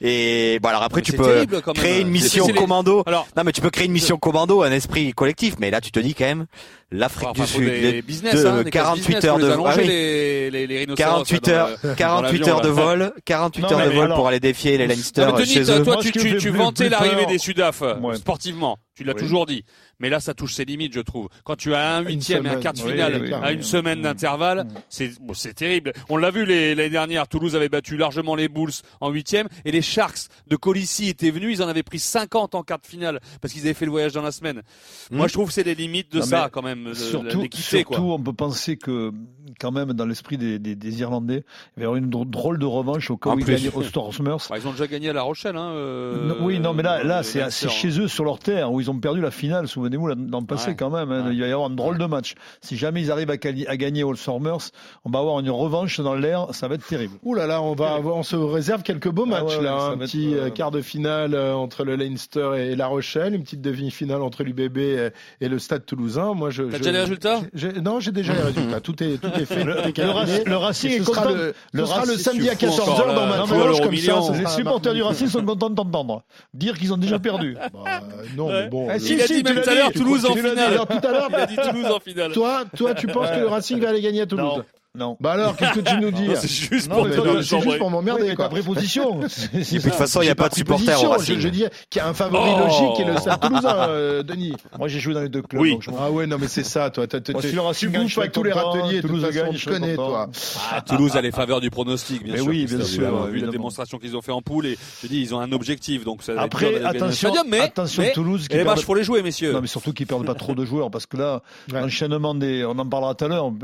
[SPEAKER 10] et bon alors après mais tu peux créer une mission c'est, c'est commando. Alors, non mais tu peux créer une mission commando, un esprit collectif, mais là tu te dis quand même l'Afrique enfin, du Sud de,
[SPEAKER 5] business,
[SPEAKER 10] de
[SPEAKER 5] hein,
[SPEAKER 10] quarante-huit heures de
[SPEAKER 5] ah oui. les, les, les
[SPEAKER 10] quarante-huit heures quarante-huit heures de vol, quarante-huit heures de vol alors, pour aller défier les Leinster
[SPEAKER 5] non,
[SPEAKER 10] chez
[SPEAKER 5] toi,
[SPEAKER 10] eux.
[SPEAKER 5] Toi tu tu, tu vantais l'arrivée des Sudaf sportivement. Tu l'as oui. toujours dit. Mais là, ça touche ses limites, je trouve. Quand tu as un huitième et un quart de finale oui, oui, à une oui, semaine oui. d'intervalle, c'est, bon, c'est terrible. On l'a vu les, l'année dernière, Toulouse avait battu largement les Bulls en huitième et les Sharks de Colissi étaient venus, ils en avaient pris cinquante en quart de finale parce qu'ils avaient fait le voyage dans la semaine. Mmh. Moi, je trouve que c'est les limites de non, ça, quand même. De,
[SPEAKER 4] surtout, l'équité, surtout, quoi. On peut penser que, quand même, dans l'esprit des, des, des Irlandais, il va y avoir une drôle de revanche au cas où ils gagnent aux Stormers.
[SPEAKER 5] Ils ont déjà gagné à La Rochelle, hein. Euh,
[SPEAKER 4] non, oui, non, mais là, là, c'est, c'est chez eux, sur leur terre, où ils ont perdu la finale. Souvenez-vous, dans le passé, ouais. quand même, hein, ouais. il va y avoir un drôle de match. Si jamais ils arrivent à, cali- à gagner aux Stormers, on va avoir une revanche dans l'air, ça va être terrible.
[SPEAKER 3] Ouh là là, on va, on se réserve quelques beaux matchs ah ouais, là, ouais, un petit être, euh... quart de finale entre le Leinster et La Rochelle, une petite demi-finale entre l'U B B et le Stade Toulousain. Moi, je,
[SPEAKER 5] T'as déjà les résultats?
[SPEAKER 3] j'ai, Non, j'ai déjà les résultats. Tout est, tout est fait.
[SPEAKER 4] Le,
[SPEAKER 3] tout est
[SPEAKER 4] le, le Racing est content.
[SPEAKER 3] Le, le sera le samedi à quatorze heures dans ma
[SPEAKER 4] tranche, comme ça. Les supporters du Racing sont contents d'entendre. Dire qu'ils ont déjà perdu.
[SPEAKER 3] Bah, non, mais bon.
[SPEAKER 5] Ah, si, il a dit même tout à l'heure Toulouse en finale.
[SPEAKER 3] Tout à l'heure,
[SPEAKER 5] il a dit Toulouse en finale.
[SPEAKER 3] Toi, toi, tu penses que le Racing va aller gagner à Toulouse?
[SPEAKER 4] Non.
[SPEAKER 3] Bah alors, qu'est-ce que tu nous dis?
[SPEAKER 5] Non, c'est juste
[SPEAKER 3] non,
[SPEAKER 5] pour,
[SPEAKER 3] mais non, c'est juste pour m'emmerder,
[SPEAKER 4] oui,
[SPEAKER 3] quoi.
[SPEAKER 4] Préposition.
[SPEAKER 10] Et puis de toute façon, il n'y a pas de supporters au Racing.
[SPEAKER 3] Je, je dis qu'il y a un favori oh logique et le Stade Toulousain, euh, Denis.
[SPEAKER 4] Moi, j'ai joué dans les deux clubs.
[SPEAKER 5] Oui.
[SPEAKER 4] Donc je
[SPEAKER 3] ah ouais, non, mais c'est ça, toi. T'as, t'as,
[SPEAKER 4] Moi, si
[SPEAKER 3] tu
[SPEAKER 4] Racing
[SPEAKER 3] bouffes avec tous les râteliers. Toulouse gagne, je connais, toi.
[SPEAKER 5] Ah, Toulouse a les faveurs du pronostic, bien
[SPEAKER 4] mais
[SPEAKER 5] sûr.
[SPEAKER 4] Oui, bien sûr.
[SPEAKER 5] Vu la démonstration qu'ils ont fait en poule, et je dis, ils ont un objectif, donc ça.
[SPEAKER 4] Après, attention, attention, Toulouse.
[SPEAKER 5] Les matchs, faut les jouer, messieurs.
[SPEAKER 4] Non, mais surtout qu'ils perdent pas trop de joueurs, parce que là, l'enchaînement des, on en parlera tout à l'heure.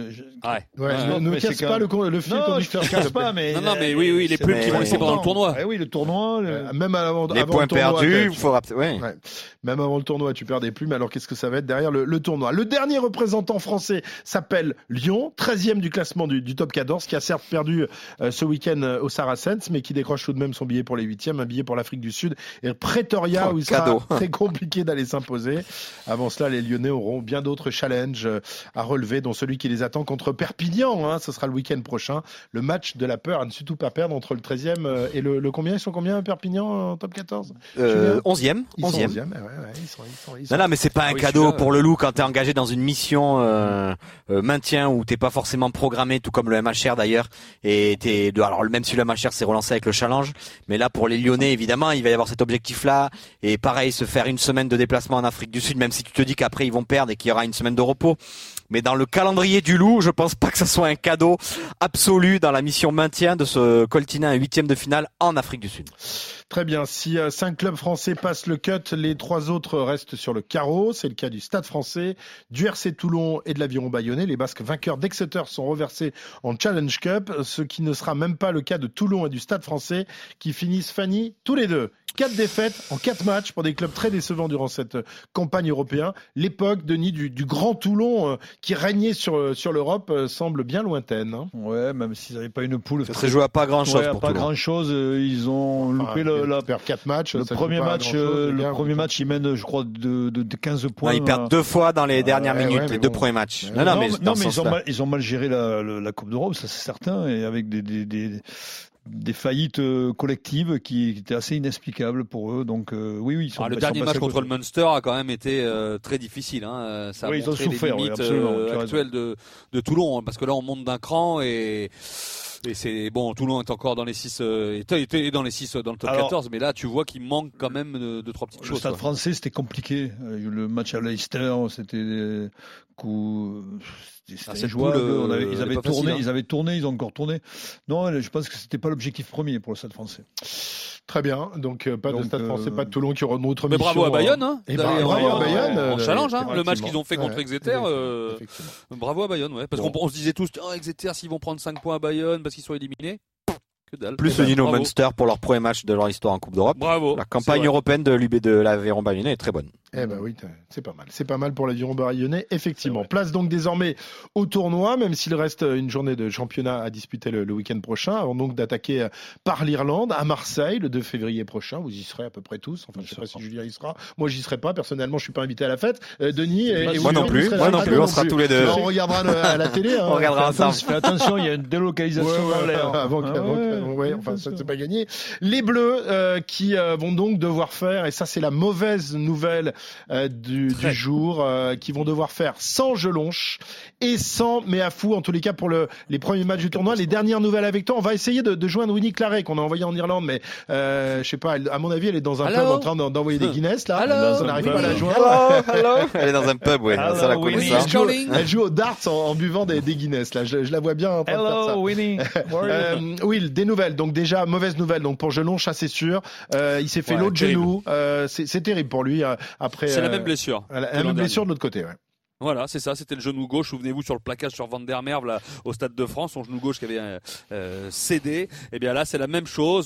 [SPEAKER 3] Ouais. Ne casse pas le fil.
[SPEAKER 4] Non, je te casse pas, mais.
[SPEAKER 5] Non, non, mais oui, oui, les plumes qui vont laisser pendant le tournoi.
[SPEAKER 4] Eh oui, le tournoi.
[SPEAKER 3] Le... Même avant,
[SPEAKER 10] les
[SPEAKER 3] avant
[SPEAKER 10] points
[SPEAKER 3] le tournoi,
[SPEAKER 10] perdus, il faut rappeler.
[SPEAKER 3] Ouais. Ouais. Même avant le tournoi, tu perds des plumes. Alors qu'est-ce que ça va être derrière le, le tournoi? Le dernier représentant français s'appelle Lyon, treizième du classement du, du top quatorze, qui a certes perdu euh, ce week-end euh, au Saracens, mais qui décroche tout de même son billet pour les huitièmes, un billet pour l'Afrique du Sud et Pretoria, oh, où il cadeau. sera très compliqué d'aller s'imposer. Avant cela, les Lyonnais auront bien d'autres challenges à relever, dont celui qui les attend contre Perpignan. Hein. Ce sera le week-end prochain. Le match de la peur à ne surtout pas perdre entre le treizième et le, le combien? Ils sont combien Perpignan en top quatorze?
[SPEAKER 10] euh, onzième.
[SPEAKER 3] Ils
[SPEAKER 10] onzième.
[SPEAKER 3] sont onzième. Ouais, ouais, ils sont, ils sont, ils sont...
[SPEAKER 10] Non, non, mais c'est pas un ah, oui, cadeau là, pour le Loup quand t'es engagé dans une mission euh, euh, maintien où t'es pas forcément programmé, tout comme le M H R d'ailleurs. Et t'es, alors même si le M H R s'est relancé avec le challenge, mais là pour les Lyonnais évidemment, il va y avoir cet objectif-là. Et pareil, se faire une semaine de déplacement en Afrique du Sud, même si tu te dis qu'après ils vont perdre et qu'il y aura une semaine de repos. Mais dans le calendrier du Loup, je pense pas que ça soit un cadeau absolu dans la mission maintien de se coltiner un huitième de finale en Afrique du Sud.
[SPEAKER 3] Très bien. Si euh, cinq clubs français passent le cut, les trois autres restent sur le carreau. C'est le cas du Stade français, du R C Toulon et de l'Aviron Bayonnais. Les Basques vainqueurs d'Exeter sont reversés en Challenge Cup, ce qui ne sera même pas le cas de Toulon et du Stade français qui finissent Fanny tous les deux. Quatre défaites en quatre matchs pour des clubs très décevants durant cette campagne européenne. L'époque, Denis, du, du grand Toulon euh, qui régnait sur, sur l'Europe euh, semble bien lointaine. Hein.
[SPEAKER 4] Ouais, même s'ils n'avaient pas une poule.
[SPEAKER 10] Ça s'est joué à pas grand-chose
[SPEAKER 4] ouais,
[SPEAKER 10] pour
[SPEAKER 4] pas
[SPEAKER 10] Toulon.
[SPEAKER 4] grand-chose. Euh, ils ont enfin, loupé le, la,
[SPEAKER 3] quatre matchs.
[SPEAKER 4] Le premier match, euh, le premier match, ils mènent, je crois, de, de, de quinze points.
[SPEAKER 10] Non, ils perdent deux fois dans les dernières
[SPEAKER 3] ouais,
[SPEAKER 10] minutes,
[SPEAKER 3] ouais,
[SPEAKER 10] les
[SPEAKER 3] bon.
[SPEAKER 10] deux premiers matchs.
[SPEAKER 4] Non, non, non mais, non, mais ils, ont mal, ils ont mal géré la, la, la Coupe d'Europe, ça c'est certain, et avec des, des, des des faillites euh, collectives qui, qui étaient assez inexplicables pour eux. Donc euh, oui, oui. Ils sont,
[SPEAKER 5] ah, le
[SPEAKER 4] ils
[SPEAKER 5] dernier
[SPEAKER 4] sont
[SPEAKER 5] match contre le Munster a quand même été euh, très difficile. Hein. Ça a
[SPEAKER 4] oui,
[SPEAKER 5] montré
[SPEAKER 4] ils ont souffert,
[SPEAKER 5] les limites
[SPEAKER 4] oui, absolument,
[SPEAKER 5] euh, actuelles de, de Toulon, hein, parce que là on monte d'un cran et. Et c'est bon, Toulon est encore dans les six, euh, était dans les six dans le top Alors, quatorze, mais là tu vois qu'il manque quand même de, de trois petites
[SPEAKER 4] le
[SPEAKER 5] choses.
[SPEAKER 4] Le Stade
[SPEAKER 5] quoi.
[SPEAKER 4] français c'était compliqué. Le match à Leicester, c'était coup, c'était ah, jouable. Poule, on avait, ils avaient tourné, facile, hein. ils avaient tourné, ils ont encore tourné. Non, je pense que c'était pas l'objectif premier pour le Stade français.
[SPEAKER 3] Très bien, donc euh, pas donc, de Stade français, euh... pas de Toulon qui aura une autre
[SPEAKER 5] mais
[SPEAKER 3] mission.
[SPEAKER 5] Bravo à Bayonne, hein.
[SPEAKER 3] Et bah, bravo à Bayonne.
[SPEAKER 5] En challenge, hein. Le match qu'ils ont fait contre
[SPEAKER 3] ouais,
[SPEAKER 5] Exeter. Euh, bravo à Bayonne, ouais. Parce bon. qu'on on se disait tous, oh, Exeter, s'ils vont prendre cinq points à Bayonne parce qu'ils sont éliminés. Que dalle.
[SPEAKER 10] Plus le Nino Munster pour leur premier match de leur histoire en Coupe d'Europe.
[SPEAKER 5] Bravo.
[SPEAKER 10] La campagne européenne de l'U B de l'Aviron Bayonnais est très bonne.
[SPEAKER 3] Eh ben oui, c'est pas mal. C'est pas mal pour l'Aviron Bayonnais, effectivement. Place donc désormais au tournoi, même s'il reste une journée de championnat à disputer le, le week-end prochain, avant donc d'attaquer par l'Irlande à Marseille le deux février prochain. Vous y serez à peu près tous. Enfin, je sais pas si Julien y sera. Moi, j'y serai pas. Personnellement, je suis pas invité à la fête. Euh, Denis et, et
[SPEAKER 10] moi non plus. Moi non plus. On sera tous les deux.
[SPEAKER 3] On regardera le, à la télé. Hein.
[SPEAKER 10] On regardera ensemble.
[SPEAKER 4] Fais attention, il y a une délocalisation
[SPEAKER 3] ouais,
[SPEAKER 4] dans l'air.
[SPEAKER 3] Avant, ah, avant, ouais, avant, ouais, enfin, ça c'est pas gagné. Les Bleus euh, qui euh, vont donc devoir faire, et ça c'est la mauvaise nouvelle euh, du, du jour, euh, qui vont devoir faire sans Jelonche et sans Meafou, en tous les cas pour le, les premiers matchs du tournoi. Les dernières nouvelles avec toi, on va essayer de, de joindre Winnie Claret qu'on a envoyé en Irlande, mais euh, je sais pas, elle, à mon avis elle est dans un
[SPEAKER 5] Hello.
[SPEAKER 3] pub en train d'envoyer des Guinness là.
[SPEAKER 5] Hello.
[SPEAKER 3] On n'arrive pas à la joindre.
[SPEAKER 10] Hello. Hello. Elle est dans un pub, ouais.
[SPEAKER 4] Hello,
[SPEAKER 10] ça la
[SPEAKER 4] Winnie.
[SPEAKER 10] ça.
[SPEAKER 3] Elle, joue, elle joue au darts en, en buvant des, des Guinness là. Je, je la vois bien en train
[SPEAKER 4] Hello,
[SPEAKER 3] de faire ça.
[SPEAKER 4] Winnie.
[SPEAKER 3] euh, Will, des nouvelles. Donc déjà mauvaise nouvelle. Donc pour Jelonche, ça c'est sûr. Euh, il s'est fait ouais, l'autre genou. Euh, c'est, c'est terrible pour lui euh, après.
[SPEAKER 5] C'est
[SPEAKER 3] euh,
[SPEAKER 5] la même blessure.
[SPEAKER 3] La, la même blessure de l'autre côté. Ouais.
[SPEAKER 5] Voilà, c'est ça, c'était le genou gauche. Souvenez-vous sur le plaquage sur Van der Merwe là, au Stade de France, son genou gauche qui avait euh, cédé. Et bien là, c'est la même chose,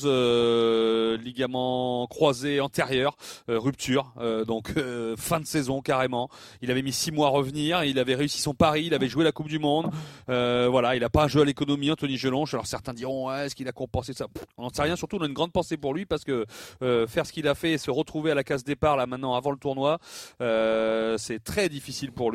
[SPEAKER 5] euh, ligament croisé antérieur, euh, rupture. Euh, donc euh, fin de saison carrément. Il avait mis six mois à revenir. Il avait réussi son pari. Il avait joué la Coupe du Monde. Euh, voilà, il n'a pas joué à l'économie, Anthony Jelonche. Alors certains diront, ouais, est-ce qu'il a compensé ça? On n'en sait rien. Surtout, on a une grande pensée pour lui parce que euh, faire ce qu'il a fait et se retrouver à la case départ là maintenant avant le tournoi, euh, c'est très difficile pour lui.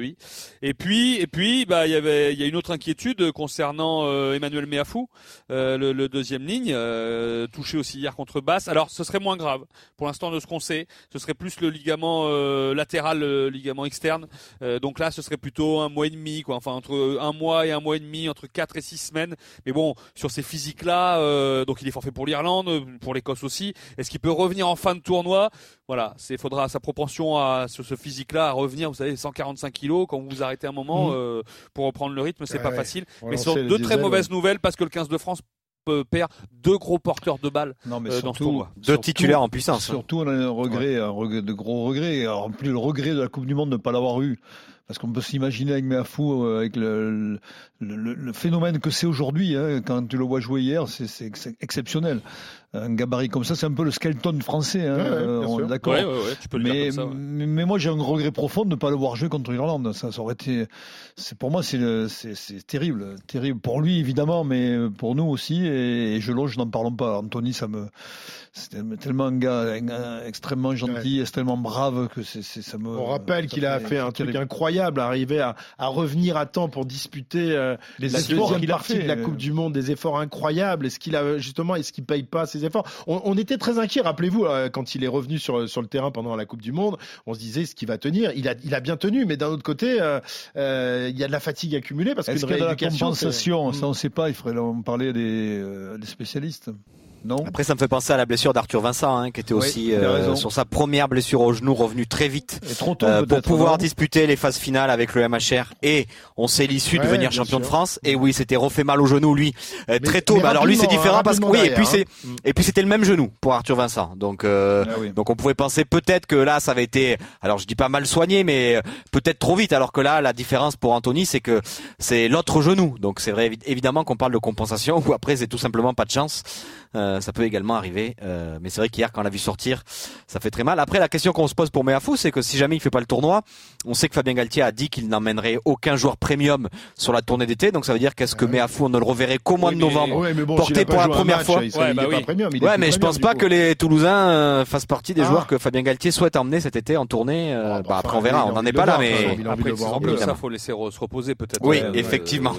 [SPEAKER 5] oui. Et puis, et puis, bah, il y avait, il y a une autre inquiétude concernant euh, Emmanuel Meafou, euh, le, le deuxième ligne, euh, touché aussi hier contre Basse. Alors, ce serait moins grave. Pour l'instant, de ce qu'on sait, ce serait plus le ligament euh, latéral, le ligament externe. Euh, donc là, ce serait plutôt un mois et demi, quoi. Enfin, entre un mois et un mois et demi, entre quatre et six semaines. Mais bon, sur ces physiques-là, euh, donc il est forfait pour l'Irlande, pour l'Écosse aussi. Est-ce qu'il peut revenir en fin de tournoi? Voilà, c'est faudra sa propension à sur ce physique-là à revenir. Vous savez, cent quarante-cinq kilos quand vous vous arrêtez un moment mmh. euh, pour reprendre le rythme, c'est ouais, pas facile. Mais ce sont deux très mauvaises ouais. nouvelles parce que le quinze de France perd deux gros porteurs de balles
[SPEAKER 4] non, mais
[SPEAKER 5] euh,
[SPEAKER 4] surtout,
[SPEAKER 5] dans ce tournoi.
[SPEAKER 10] Deux titulaires en puissance.
[SPEAKER 4] Surtout, on a un regret, ouais. un regret, de gros regrets. Alors, en plus, le regret de la Coupe du Monde de ne pas l'avoir eu. Parce qu'on peut s'imaginer avec Meafou, avec le, le, le, le phénomène que c'est aujourd'hui, hein, quand tu le vois jouer hier, c'est, c'est, c'est exceptionnel. Un gabarit comme ça, c'est un peu le Skelton français, hein,
[SPEAKER 3] ouais, ouais,
[SPEAKER 4] on est d'accord.
[SPEAKER 5] Ouais, ouais, ouais, tu peux le
[SPEAKER 4] mais,
[SPEAKER 5] dire comme ça, ouais.
[SPEAKER 4] mais, mais moi, j'ai un regret profond de ne pas le voir jouer contre l'Irlande. Ça, ça aurait été, c'est, pour moi, c'est, c'est, c'est terrible. Terrible pour lui, évidemment, mais pour nous aussi. Et, et Gelot, je n'en parlons pas. Anthony, ça me, c'est tellement un gars un, un, extrêmement gentil, ouais. c'est tellement brave que c'est, c'est, ça me.
[SPEAKER 3] On rappelle qu'il a fait un truc incroyable, arriver à, à revenir à temps pour disputer euh, les la deuxième partie fait, de la Coupe euh... du Monde, des efforts incroyables. Est-ce qu'il a justement, est-ce qu'il paye pas ses efforts? on, on était très inquiets, rappelez-vous, euh, quand il est revenu sur sur le terrain pendant la Coupe du Monde, on se disait ce qu'il va tenir. Il a il a bien tenu, mais d'un autre côté, euh, euh, il y a de la fatigue accumulée parce
[SPEAKER 4] est-ce
[SPEAKER 3] qu'une
[SPEAKER 4] qu'il y a de la compensation,
[SPEAKER 3] c'est...
[SPEAKER 4] ça on ne sait pas. Il faudrait en parler des, euh, des spécialistes. Non.
[SPEAKER 10] Après, ça me fait penser à la blessure d'Arthur Vincent, hein, qui était oui, aussi euh, sur sa première blessure au genou, revenu très vite
[SPEAKER 4] et trop tôt,
[SPEAKER 10] euh, pour pouvoir
[SPEAKER 4] non
[SPEAKER 10] disputer les phases finales avec le M H R. Et on sait l'issue ouais, de devenir champion sûr. de France. Et oui, c'était refait mal au genou, lui, euh, mais, très tôt. Mais, mais alors lui, c'est différent parce que oui, derrière, et puis hein. c'est et puis c'était le même genou pour Arthur Vincent. Donc euh, ah oui. donc on pouvait penser peut-être que là, ça avait été, alors je dis pas mal soigné, mais peut-être trop vite. Alors que là, la différence pour Anthony, c'est que c'est l'autre genou. Donc c'est vrai, évidemment qu'on parle de compensation ou après c'est tout simplement pas de chance. Euh, ça peut également arriver, euh, mais c'est vrai qu'hier quand on l'a vu sortir, ça fait très mal. Après, la question qu'on se pose pour Meafou, c'est que si jamais il fait pas le tournoi, on sait que Fabien Galtier a dit qu'il n'emmènerait aucun joueur premium sur la tournée d'été, donc ça veut dire qu'est-ce que Meafou on ne le reverrait qu'au mois oui, de novembre,
[SPEAKER 3] oui, bon,
[SPEAKER 10] porté pour la première
[SPEAKER 3] match,
[SPEAKER 10] fois.
[SPEAKER 3] Il, ouais, bah il oui. premium, il
[SPEAKER 10] ouais, mais
[SPEAKER 3] premium,
[SPEAKER 10] je pense pas que les Toulousains euh, fassent partie des ah. joueurs que Fabien Galtier souhaite emmener cet été en tournée. Euh, oh, bah, bah après on verra, on n'en est pas là, mais
[SPEAKER 5] après ça faut laisser se reposer peut-être.
[SPEAKER 10] Oui, effectivement.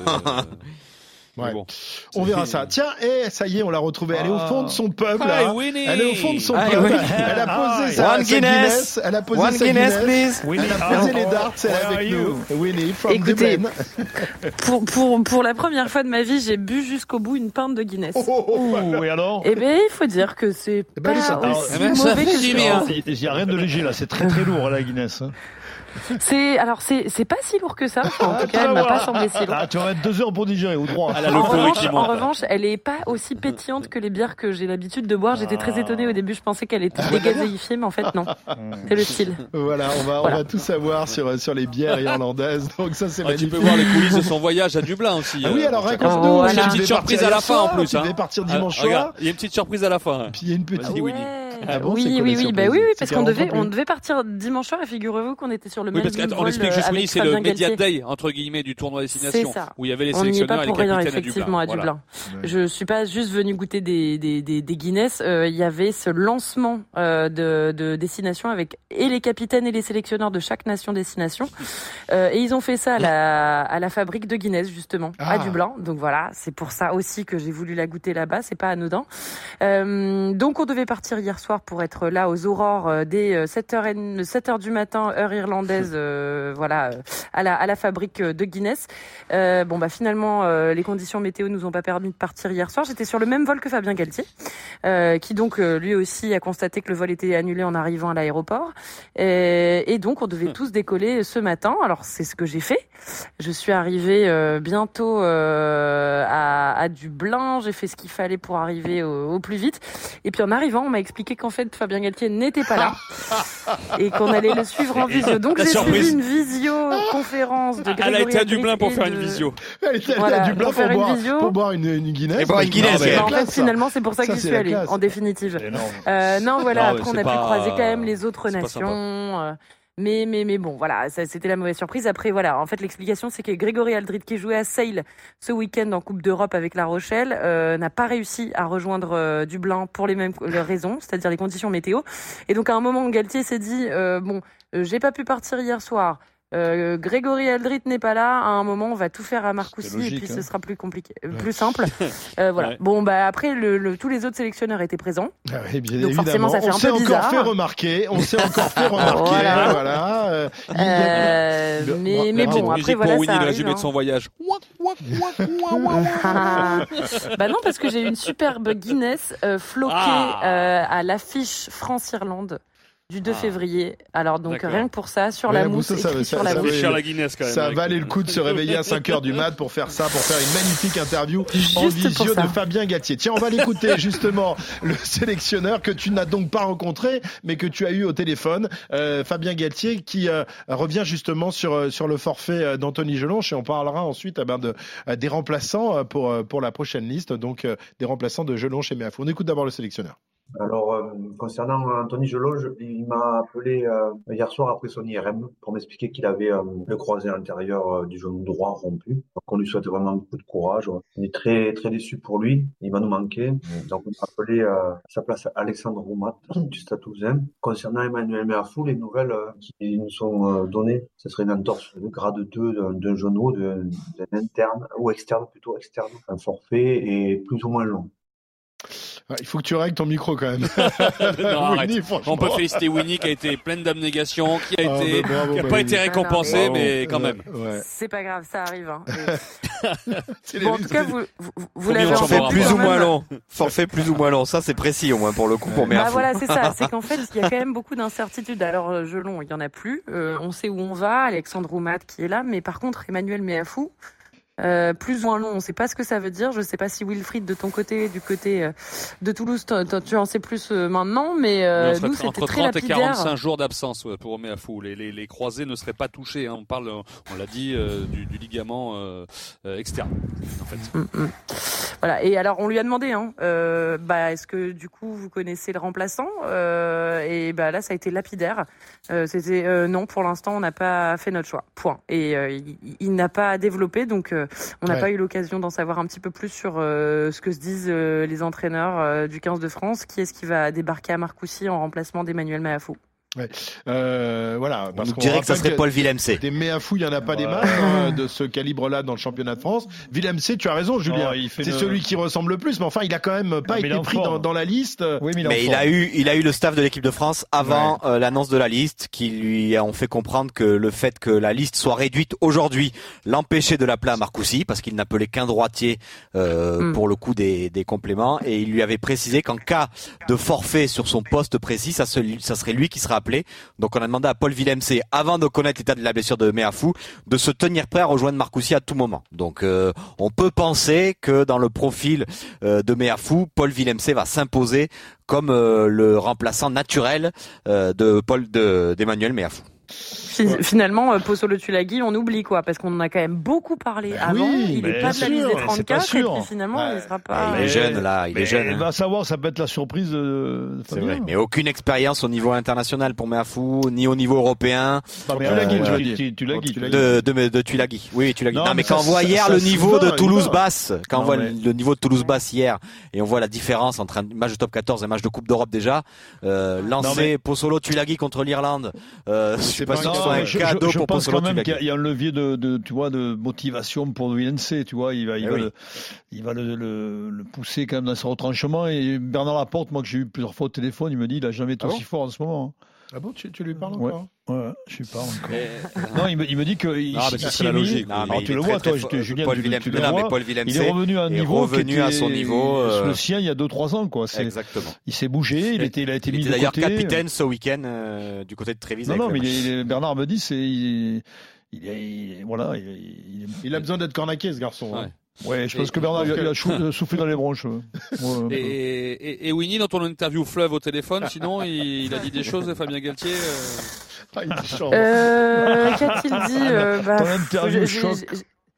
[SPEAKER 3] Ouais. Bon, on verra ça. Tiens, et ça y est, on l'a retrouvée. Elle est au fond de son pub, là. Elle est au fond de son pub. Elle a posé sa,
[SPEAKER 10] One
[SPEAKER 3] sa
[SPEAKER 10] Guinness.
[SPEAKER 3] Guinness. Elle a posé
[SPEAKER 10] One
[SPEAKER 3] sa
[SPEAKER 10] Guinness,
[SPEAKER 3] Guinness.
[SPEAKER 10] please.
[SPEAKER 3] Elle a posé les darts. Elle est avec nous. Winnie from
[SPEAKER 2] Écoutez,
[SPEAKER 3] Dublin.
[SPEAKER 2] pour, pour, pour la première fois de ma vie, j'ai bu jusqu'au bout une pinte de Guinness.
[SPEAKER 4] Oh, oh, oh, oh, et alors?
[SPEAKER 2] Eh ben, il faut dire que c'est
[SPEAKER 3] eh ben,
[SPEAKER 2] pas
[SPEAKER 3] ça,
[SPEAKER 2] aussi
[SPEAKER 5] eh ben,
[SPEAKER 2] mauvais que
[SPEAKER 5] ça.
[SPEAKER 4] Il n'y a rien de léger, là. C'est très, très lourd, la Guinness.
[SPEAKER 2] C'est alors c'est c'est pas si lourd que ça. En tout cas, elle m'a pas semblé si lourd.
[SPEAKER 4] Ah, tu vas mettre deux heures pour digérer ou trois.
[SPEAKER 5] Ah,
[SPEAKER 2] en, revanche, en revanche, elle est pas aussi pétillante que les bières que j'ai l'habitude de boire. J'étais très étonnée au début. Je pensais qu'elle était dégazéifiée, mais en fait non. C'est le style.
[SPEAKER 3] Voilà, on va voilà. on va tout savoir sur sur les bières irlandaises. Donc ça c'est
[SPEAKER 5] ah,
[SPEAKER 3] magnifique.
[SPEAKER 5] Tu peux voir les coulisses de son voyage à Dublin aussi.
[SPEAKER 3] Ah oui, alors raconte-nous.
[SPEAKER 2] Oh, voilà.
[SPEAKER 5] Il y a une petite surprise à la fin en plus.
[SPEAKER 3] Tu devais partir dimanche soir.
[SPEAKER 5] Il y a une petite surprise à la fin.
[SPEAKER 3] Puis il y a une petite.
[SPEAKER 2] Ah bon, oui, oui, oui, bah oui, oui, parce qu'on devait, on devait partir dimanche soir et figurez-vous qu'on était sur le
[SPEAKER 5] oui,
[SPEAKER 2] même
[SPEAKER 5] vol. On explique juste, oui, c'est le Media Day, entre guillemets, du tournoi Destination. Où il y avait les sélectionneurs et les capitaines à Dublin.
[SPEAKER 2] effectivement, à Dublin. Voilà. Je suis pas juste venu goûter des, des, des, des Guinness, euh, il y avait ce lancement, euh, de, de Destination avec et les capitaines et les sélectionneurs de chaque nation Destination. Euh, et ils ont fait ça à la, à la fabrique de Guinness, justement, ah. à Dublin. Donc voilà, c'est pour ça aussi que j'ai voulu la goûter là-bas, c'est pas anodin. Euh, donc on devait partir hier soir pour être là aux aurores dès sept heures du matin, heure irlandaise, euh, voilà, à la, à la fabrique de Guinness. Euh, bon, bah, finalement, euh, les conditions météo nous ont pas permis de partir hier soir. J'étais sur le même vol que Fabien Galtier, euh, qui donc, euh, lui aussi a constaté que le vol était annulé en arrivant à l'aéroport. Et, et donc, on devait tous décoller ce matin. Alors, c'est ce que j'ai fait. Je suis arrivée, euh, bientôt, euh, à, à Dublin. J'ai fait ce qu'il fallait pour arriver au, au plus vite. Et puis, en arrivant, on m'a expliqué qu'en fait, Fabien Galtier n'était pas là et qu'on allait le suivre en visio. Donc j'ai suivi une visio-conférence de Grégory.
[SPEAKER 5] Elle a été à Dublin pour
[SPEAKER 2] de...
[SPEAKER 5] faire une visio.
[SPEAKER 3] Elle était voilà, à Dublin pour, pour, faire boire, une visio. Pour boire une, une Guinness. Et
[SPEAKER 10] boire une Guinness.
[SPEAKER 2] En fait, finalement, c'est pour ça, ça que j'y suis allée, en définitive. Euh, non, voilà, non, après on a pas... pu croiser quand même les autres c'est nations. Mais, mais, mais bon, voilà, ça, c'était la mauvaise surprise. Après, voilà, en fait, l'explication, c'est que Grégory Aldrit, qui jouait à Sale ce week-end en Coupe d'Europe avec La Rochelle, euh, n'a pas réussi à rejoindre euh, Dublin pour les mêmes raisons, c'est-à-dire les conditions météo. Et donc, à un moment, Galtier s'est dit, euh, bon, euh, j'ai pas pu partir hier soir. Euh, Grégory Aldrit n'est pas là. À un moment, on va tout faire à Marcoussis logique, et puis hein. ce sera plus compliqué, ouais. plus simple. Euh, voilà. Ouais. Bon, bah après, le, le, tous les autres sélectionneurs étaient présents.
[SPEAKER 3] Ah oui, bien
[SPEAKER 2] donc
[SPEAKER 3] évidemment.
[SPEAKER 2] forcément, ça fait
[SPEAKER 3] on
[SPEAKER 2] un peu bizarre.
[SPEAKER 3] On s'est encore fait remarquer. On s'est encore fait remarquer. voilà. voilà. Euh,
[SPEAKER 2] euh, le, mais, mais bon, après voilà,
[SPEAKER 5] pour Winnie,
[SPEAKER 2] ça arrive,
[SPEAKER 5] le résumé
[SPEAKER 2] hein.
[SPEAKER 5] de son voyage.
[SPEAKER 2] Bah non, parce que j'ai eu une superbe Guinness euh, floquée ah. euh, à l'affiche France-Irlande. Du deux ah. février. Alors donc D'accord. rien que pour ça, sur ouais, la mousse, ça, ça, ça,
[SPEAKER 5] sur
[SPEAKER 2] ça,
[SPEAKER 5] la
[SPEAKER 2] ça,
[SPEAKER 5] mousse. La Guinness, quand même,
[SPEAKER 3] ça valait le coup de se réveiller à cinq heures du mat pour faire ça, pour faire une magnifique interview Juste en visio de Fabien Galtier. Tiens, on va l'écouter justement, le sélectionneur que tu n'as donc pas rencontré, mais que tu as eu au téléphone, euh, Fabien Galtier, qui euh, revient justement sur sur le forfait d'Anthony Jelonch, et on parlera ensuite eh ben, de euh, des remplaçants pour pour la prochaine liste, donc euh, des remplaçants de Jelonch et Meafou. On écoute d'abord le sélectionneur.
[SPEAKER 11] Alors, euh, concernant Anthony Jelonch, il m'a appelé euh, hier soir après son I R M pour m'expliquer qu'il avait euh, le croisé antérieur euh, du genou droit rompu. Donc, on lui souhaite vraiment beaucoup de courage. On est très très déçus pour lui. Il va nous manquer. Donc, on a appelé euh, à sa place Alexandre Roumat du Stade Toulousain. Concernant Emmanuel Meafou, les nouvelles euh, qui nous sont euh, données, ce serait une entorse de grade deux d'un, d'un genou, d'un, d'un interne ou externe plutôt externe, un forfait et plus ou moins long.
[SPEAKER 3] Il faut que tu règles ton micro quand même.
[SPEAKER 5] non, Winnie, on peut féliciter Winnie qui a été pleine d'abnégation, qui a été, oh, bravo, qui a bah, pas oui. été récompensé, ah non, mais, mais quand même.
[SPEAKER 2] Ouais. C'est pas grave, ça arrive. Hein. bon, en tout cas, vous, vous, vous
[SPEAKER 10] l'avez forfait plus ou moins long. Forfait plus ou moins long, ça c'est précis au moins pour le coup pour Meafou.
[SPEAKER 2] Bah voilà, c'est ça. C'est qu'en fait, il y a quand même beaucoup d'incertitudes. Alors Jelonch, il y en a plus. Euh, on sait où on va. Alexandre Roumat qui est là, mais par contre Emmanuel Meafou. Euh, plus ou moins long, on ne sait pas ce que ça veut dire. Je ne sais pas si Wilfried de ton côté, du côté euh, de Toulouse, tu en sais plus euh, maintenant, mais euh, nous c'était
[SPEAKER 5] entre
[SPEAKER 2] très
[SPEAKER 5] trente
[SPEAKER 2] lapidaire.
[SPEAKER 5] et quarante-cinq jours d'absence ouais, pour Meafou. Les, les, les croisés ne seraient pas touchés. Hein. On parle, on l'a dit, euh, du, du ligament euh, euh, externe. En fait.
[SPEAKER 2] Mm-hmm. Voilà. Et alors on lui a demandé, hein, euh, bah est-ce que du coup vous connaissez le remplaçant euh, Et bah là ça a été lapidaire. Euh, c'était euh, non, pour l'instant on n'a pas fait notre choix. Point. Et euh, il, il n'a pas développé, donc. Euh, On n'a ouais. pas eu l'occasion d'en savoir un petit peu plus sur euh, ce que se disent euh, les entraîneurs euh, du quinze de France. Qui est-ce qui va débarquer à Marcoussis en remplacement d'Emmanuel Meafou?
[SPEAKER 3] Ouais. Euh,
[SPEAKER 10] voilà. Parce on dirait que ça serait Paul Villemc.
[SPEAKER 3] Des Meafou, il y en a pas ouais. des masses hein, de ce calibre-là dans le championnat de France. Villemc, tu as raison, Julien. Non, c'est le... celui qui ressemble le plus, mais enfin, il a quand même pas non, été pris dans, dans la liste.
[SPEAKER 10] Oui, mais, il, mais il a eu, il a eu le staff de l'équipe de France avant ouais. euh, l'annonce de la liste, qui lui ont fait comprendre que le fait que la liste soit réduite aujourd'hui l'empêchait de l'appeler à Marcoussis, parce qu'il n'appelait qu'un droitier euh, mm. pour le coup des, des compléments, et il lui avait précisé qu'en cas de forfait sur son poste précis, ça, se, ça serait lui qui sera appelé. Donc on a demandé à Paul Villemc, avant de connaître l'état de la blessure de Meafou, de se tenir prêt à rejoindre Marcoussis à tout moment. Donc euh, on peut penser que dans le profil euh, de Meafou, Paul Villemc va s'imposer comme euh, le remplaçant naturel euh, de Paul de, d'Emmanuel Meafou.
[SPEAKER 2] Finalement, Posolo Tulagi, on oublie quoi, parce qu'on en a quand même beaucoup parlé avant.
[SPEAKER 3] Oui,
[SPEAKER 2] il est pas de la liste des trente-quatre, et puis finalement, ouais. il sera pas.
[SPEAKER 10] Il est jeune là, il
[SPEAKER 4] mais
[SPEAKER 10] est jeune.
[SPEAKER 4] Il va savoir, ça peut être la surprise de.
[SPEAKER 10] C'est vrai, mais aucune expérience au niveau international pour Meafou, ni au niveau européen.
[SPEAKER 3] Pas Tulagi, euh, tu, tu, Tulagi,
[SPEAKER 10] de, de, de Tulagi. Oui, Tulagi. Non, non, mais, mais quand on voit hier ça, le ça niveau de Toulouse-Basse, quand on voit le niveau de Toulouse-Basse hier, et on voit la différence entre un match de top quatorze et un match de Coupe d'Europe déjà, euh, lancer Posolo Tulagi contre l'Irlande, euh, je suis pas sûr que ce soit un cadeau
[SPEAKER 4] je, je
[SPEAKER 10] pour
[SPEAKER 4] pense
[SPEAKER 10] Posolo
[SPEAKER 4] quand même
[SPEAKER 10] Tulagi.
[SPEAKER 4] qu'il y a un levier de, de, tu vois, de motivation pour Villemc, tu vois, il va, il eh va, oui. le, il va le, le, le pousser quand même dans son retranchement. Et Bernard Laporte, moi que j'ai eu plusieurs fois au téléphone, il me dit, il a jamais été ah aussi bon fort en ce moment.
[SPEAKER 3] Ah bon, tu, tu lui parles
[SPEAKER 4] ouais.
[SPEAKER 3] encore?
[SPEAKER 4] Ouais, je suis pas encore. Et... Non, il me, il me dit que il,
[SPEAKER 5] ah,
[SPEAKER 4] il,
[SPEAKER 5] c'est la logique.
[SPEAKER 4] Non, mais tu le vois, toi, j'étais Julien,
[SPEAKER 10] Paul
[SPEAKER 4] tu,
[SPEAKER 10] Villemc,
[SPEAKER 4] tu le
[SPEAKER 10] non,
[SPEAKER 4] vois.
[SPEAKER 10] mais Paul Villemc,
[SPEAKER 4] il est revenu à un niveau,
[SPEAKER 10] revenu
[SPEAKER 4] était,
[SPEAKER 10] à son niveau, euh...
[SPEAKER 4] le sien il y a deux trois ans, quoi. C'est...
[SPEAKER 10] Exactement.
[SPEAKER 4] Il s'est bougé, il était, il a été
[SPEAKER 10] il
[SPEAKER 4] mis
[SPEAKER 10] était
[SPEAKER 4] de côté.
[SPEAKER 10] d'ailleurs capitaine ce week-end euh, du côté de Trévise.
[SPEAKER 4] Non, non, mais il est, Bernard me dit, c'est, il, il, il, voilà, il, il,
[SPEAKER 3] il a besoin d'être cornaqué, ce garçon.
[SPEAKER 5] Ouais.
[SPEAKER 3] Hein.
[SPEAKER 4] Ouais, je pense et, que Bernard il a chou- soufflé dans les bronches. Ouais,
[SPEAKER 5] et, et, et Winnie, dans ton interview fleuve au téléphone, sinon, il, il a dit des choses, Fabien Galtier. Euh...
[SPEAKER 2] Ah, il est euh, qu'a-t-il dit euh, bah,
[SPEAKER 4] Ton interview
[SPEAKER 2] je,
[SPEAKER 4] choc.
[SPEAKER 2] Je, je,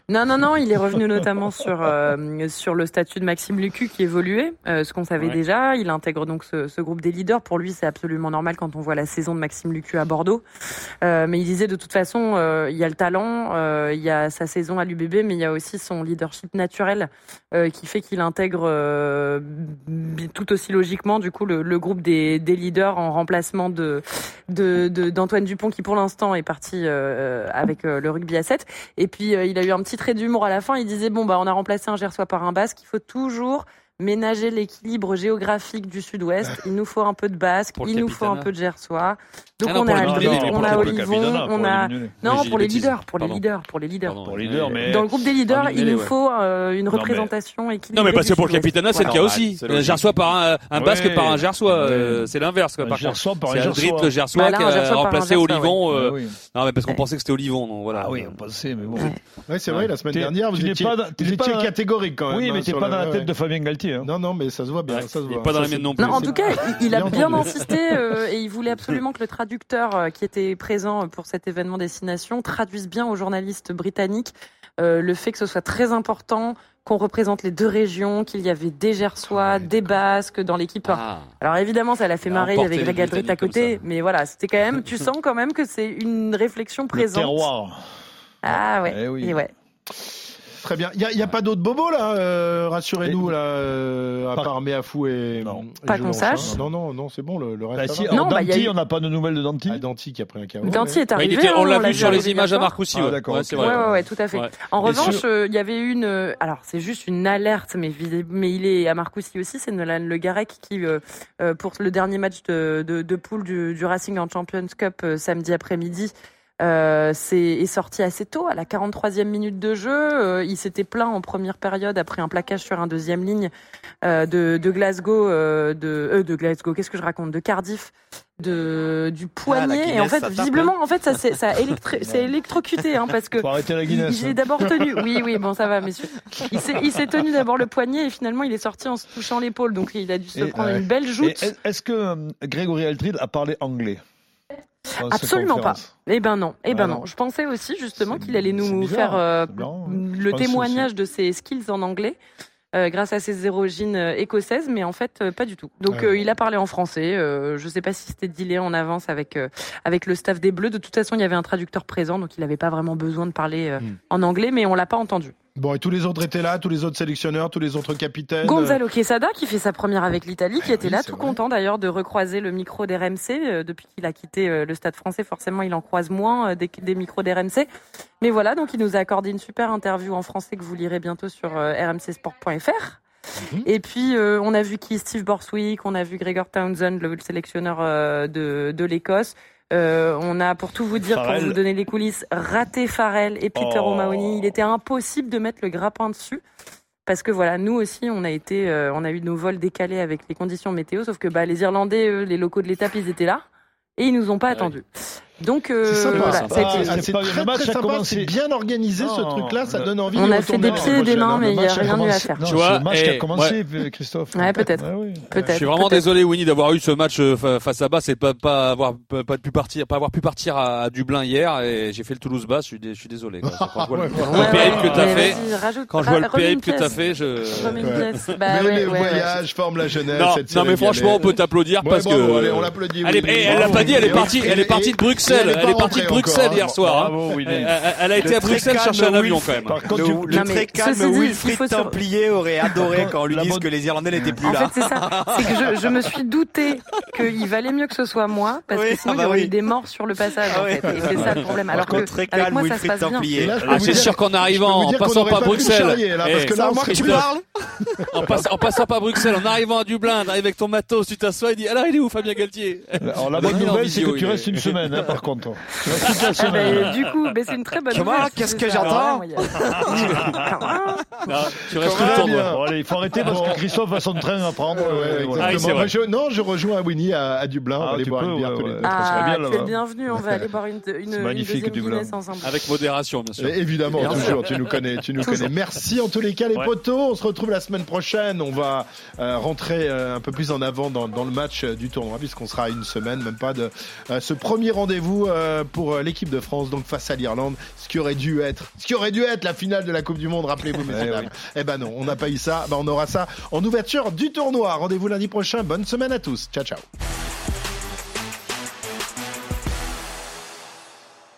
[SPEAKER 2] Non, non, non, il est revenu notamment sur euh, sur le statut de Maxime Lucu qui évoluait, euh, ce qu'on savait ouais. déjà. Il intègre donc ce, ce groupe des leaders. Pour lui, c'est absolument normal quand on voit la saison de Maxime Lucu à Bordeaux. Euh, mais il disait de toute façon, euh, il y a le talent, euh, il y a sa saison à l'U B B, mais il y a aussi son leadership naturel euh, qui fait qu'il intègre euh, tout aussi logiquement du coup le, le groupe des, des leaders en remplacement de, de, de d'Antoine Dupont qui pour l'instant est parti euh, avec euh, le rugby à sept. Et puis euh, il a eu un petit trait d'humour à la fin. Il disait bon bah on a remplacé un Gersois par un Basque. Il faut toujours ménager l'équilibre géographique du Sud-Ouest. Il nous faut un peu de Basque, il nous faut un peu de Gersois. Donc ah non, on, a Aldrit, on a Olivon, on a non pour les leaders, pour les leaders, pour les leaders, pour les leaders. Mais dans le groupe des leaders, il nous faut euh, une représentation équilibrée.
[SPEAKER 5] Non mais parce que pour le capitana, c'est le cas aussi. Un Gersois par un, un Basque par un Gersois, c'est l'inverse quoi. Par contre, c'est Aldrit le Gersois qui a remplacé Olivon. Non mais parce qu'on pensait que c'était Olivon, donc voilà.
[SPEAKER 4] Ah oui, on pensait, mais bon.
[SPEAKER 3] Ouais, c'est vrai. La semaine dernière, vous étiez catégorique quand même.
[SPEAKER 4] Oui, mais t'es pas dans la tête de Fabien Galtier.
[SPEAKER 3] Non, non, mais ça se voit bien. Ça se voit.
[SPEAKER 5] Pas dans la mienne non plus.
[SPEAKER 2] Non, en tout cas, il a bien insisté et il voulait absolument que le traducteur qui était présent pour cet événement destination traduise bien aux journalistes britanniques euh, le fait que ce soit très important qu'on représente les deux régions, qu'il y avait des Gersois, des Basques dans l'équipe. Ah. Alors évidemment, ça l'a fait marrer, il y avait Greg Aldrit à côté, mais voilà, c'était quand même, tu sens quand même que c'est une réflexion présente.
[SPEAKER 4] Le terroir.
[SPEAKER 2] Ah ouais,
[SPEAKER 4] eh oui.
[SPEAKER 2] et ouais.
[SPEAKER 3] Très bien. Il y a, y a pas d'autres bobos là, euh, rassurez-nous là, euh, à pas, part Méafou et.
[SPEAKER 2] Non.
[SPEAKER 3] Et
[SPEAKER 2] pas qu'on sache.
[SPEAKER 3] Non, non, non, c'est bon le, le reste.
[SPEAKER 4] Bah, si, non, Danty, bah, y a eu... on n'a pas de nouvelles de Danty.
[SPEAKER 3] Ah, Danty qui a pris un carreau.
[SPEAKER 2] Danty est arrivé.
[SPEAKER 5] Bah, il était, on l'a
[SPEAKER 2] on
[SPEAKER 5] vu sur les images à Marcoussis.
[SPEAKER 3] Ah, d'accord.
[SPEAKER 5] Ouais, c'est
[SPEAKER 2] vrai.
[SPEAKER 5] Ouais,
[SPEAKER 2] ouais, ouais, tout à fait. Ouais. En et revanche, il sur... euh, y avait une. Euh, alors, c'est juste une alerte, mais mais il est à Marcoussis aussi. C'est Nolan Le Garec qui, euh, euh, pour le dernier match de de, de poule du, du Racing en Champions Cup euh, samedi après-midi. Euh, c'est est sorti assez tôt, à la quarante-troisième minute de jeu. Euh, il s'était plaint en première période après un plaquage sur un deuxième ligne euh, de, de Glasgow, euh, de euh, de Glasgow. Qu'est-ce que je raconte? De Cardiff, de du poignet. Ah, et en fait, visiblement, en fait, ça c'est ça électri- c'est électrocuté, hein, parce que
[SPEAKER 4] faut arrêter la Guinness.
[SPEAKER 2] Il, il est d'abord tenu. Oui, oui, bon, ça va, messieurs. Il s'est il s'est tenu d'abord le poignet et finalement il est sorti en se touchant l'épaule. Donc il a dû se et, prendre ouais. une belle joute.
[SPEAKER 4] Et est-ce que euh, Grégory Aldrit a parlé anglais?
[SPEAKER 2] Absolument pas. Eh ben non. Eh ben ah non. non. Je pensais aussi justement c'est, qu'il allait nous faire euh, bien, le témoignage de ses skills en anglais euh, grâce à ses origines écossaises, mais en fait euh, pas du tout. Donc ouais. euh, il a parlé en français. Euh, je sais pas si c'était dealé en avance avec euh, avec le staff des Bleus. De toute façon, il y avait un traducteur présent, donc il n'avait pas vraiment besoin de parler euh, mm. en anglais, mais on l'a pas entendu.
[SPEAKER 3] Bon, et tous les autres étaient là, tous les autres sélectionneurs, tous les autres capitaines.
[SPEAKER 2] Gonzalo Quesada, qui fait sa première avec l'Italie, qui ah, était oui, là, tout vrai. Content d'ailleurs de recroiser le micro d'R M C. Euh, depuis qu'il a quitté euh, le Stade français, forcément, il en croise moins euh, des, des micros d'R M C. Mais voilà, donc il nous a accordé une super interview en français que vous lirez bientôt sur euh, r m c sport point f r. Mm-hmm. Et puis, euh, on a vu qui Steve Borswick, on a vu Gregor Townsend, le sélectionneur euh, de, de l'Écosse. Euh, on a, pour tout vous dire, Farrell. Pour vous donner les coulisses, raté Farrell et Peter oh. O'Mahony. Il était impossible de mettre le grappin dessus. Parce que voilà, nous aussi, on a été, euh, on a eu nos vols décalés avec les conditions météo. Sauf que, bah, les Irlandais, eux, les locaux de l'étape, ils étaient là. Et ils nous ont pas ouais. attendus. Donc, euh,
[SPEAKER 3] c'est sympa,
[SPEAKER 2] voilà,
[SPEAKER 3] ça a été, ah, c'est très, très, très sympa, c'est bien organisé non, ce truc-là, ça donne envie.
[SPEAKER 2] On a fait des pieds et des mains, mais il n'y a rien eu à faire.
[SPEAKER 4] Non, tu vois, le match qui a commencé, ouais. Christophe.
[SPEAKER 2] Ouais, peut-être.
[SPEAKER 4] Ouais, oui.
[SPEAKER 2] peut-être.
[SPEAKER 5] Je suis vraiment
[SPEAKER 2] peut-être.
[SPEAKER 5] désolé, Winnie, d'avoir eu ce match face à Basse et pas, pas avoir, pas pu partir, pas avoir pu partir à Dublin hier et j'ai fait le Toulouse-Basse, je suis, je suis désolé. Quand je vois le périple que t'as fait, quand je vois le périple que t'as fait, je...
[SPEAKER 3] Mais les voyages forment la jeunesse.
[SPEAKER 5] Non, mais franchement, on peut t'applaudir parce que...
[SPEAKER 3] On l'applaudit.
[SPEAKER 5] Elle l'a pas dit, elle est partie, elle est partie de Bruxelles, elle est partie Bruxelles hier soir. Bravo, hein. elle, elle a été à Bruxelles chercher un avion quand même.
[SPEAKER 10] Par contre, le, le très calme Wilfried Templier aurait adoré quand on lui dise que les Irlandais n'étaient plus
[SPEAKER 2] en
[SPEAKER 10] là.
[SPEAKER 2] En fait, c'est ça. C'est que je, je me suis douté qu'il valait mieux que ce soit moi, parce oui, que sinon ah bah il y aurait oui. eu des morts sur le passage. Ah en fait. Oui. Et c'est ça le problème. Alors
[SPEAKER 10] que très calme,
[SPEAKER 2] avec moi, ça se passe
[SPEAKER 10] Templier.
[SPEAKER 2] bien.
[SPEAKER 5] Ah, c'est sûr qu'en arrivant, en passant par Bruxelles,
[SPEAKER 3] parce que là, moi,
[SPEAKER 10] tu parles.
[SPEAKER 5] En passant par Bruxelles, en arrivant à Dublin, t'arrives avec ton matos, tu t'assois et dis alors il est où Fabien Galtier?
[SPEAKER 4] Alors la bonne nouvelle, c'est que tu restes une semaine, par contre. Tu restes toute la semaine.
[SPEAKER 2] Du coup, c'est une très bonne
[SPEAKER 10] nouvelle. Qu'est-ce que j'entends?
[SPEAKER 5] Tu restes tout le temps.
[SPEAKER 4] Bon, allez, il faut arrêter parce que Christophe a son train à prendre.
[SPEAKER 3] Ouais, ouais, ah, exactement. Je, non, je rejoins Winnie à, à Dublin.
[SPEAKER 4] Ah,
[SPEAKER 3] on va aller boire
[SPEAKER 4] peux,
[SPEAKER 3] une bière
[SPEAKER 4] ouais,
[SPEAKER 3] tous les
[SPEAKER 4] ouais.
[SPEAKER 3] deux.
[SPEAKER 2] Ah, tu es bienvenu. On va aller boire une, une, une deuxième Guinness ensemble.
[SPEAKER 5] Avec modération, bien sûr.
[SPEAKER 3] Et évidemment, bien toujours. Tu nous connais, tu nous connais. Merci en tous les cas, les ouais. potos. On se retrouve la semaine prochaine. On va euh, rentrer euh, un peu plus en avant dans, dans le match euh, du tournoi, puisqu'on sera à une semaine, même pas de euh, ce premier rendez-vous. rendez-vous euh, pour l'équipe de France, donc face à l'Irlande, ce qui aurait dû être, ce qui aurait dû être la finale de la Coupe du Monde, rappelez-vous, messieurs. Eh, oui. eh ben non, on n'a pas eu ça. Ben on aura ça en ouverture du tournoi. Rendez-vous lundi prochain. Bonne semaine à tous. Ciao, ciao.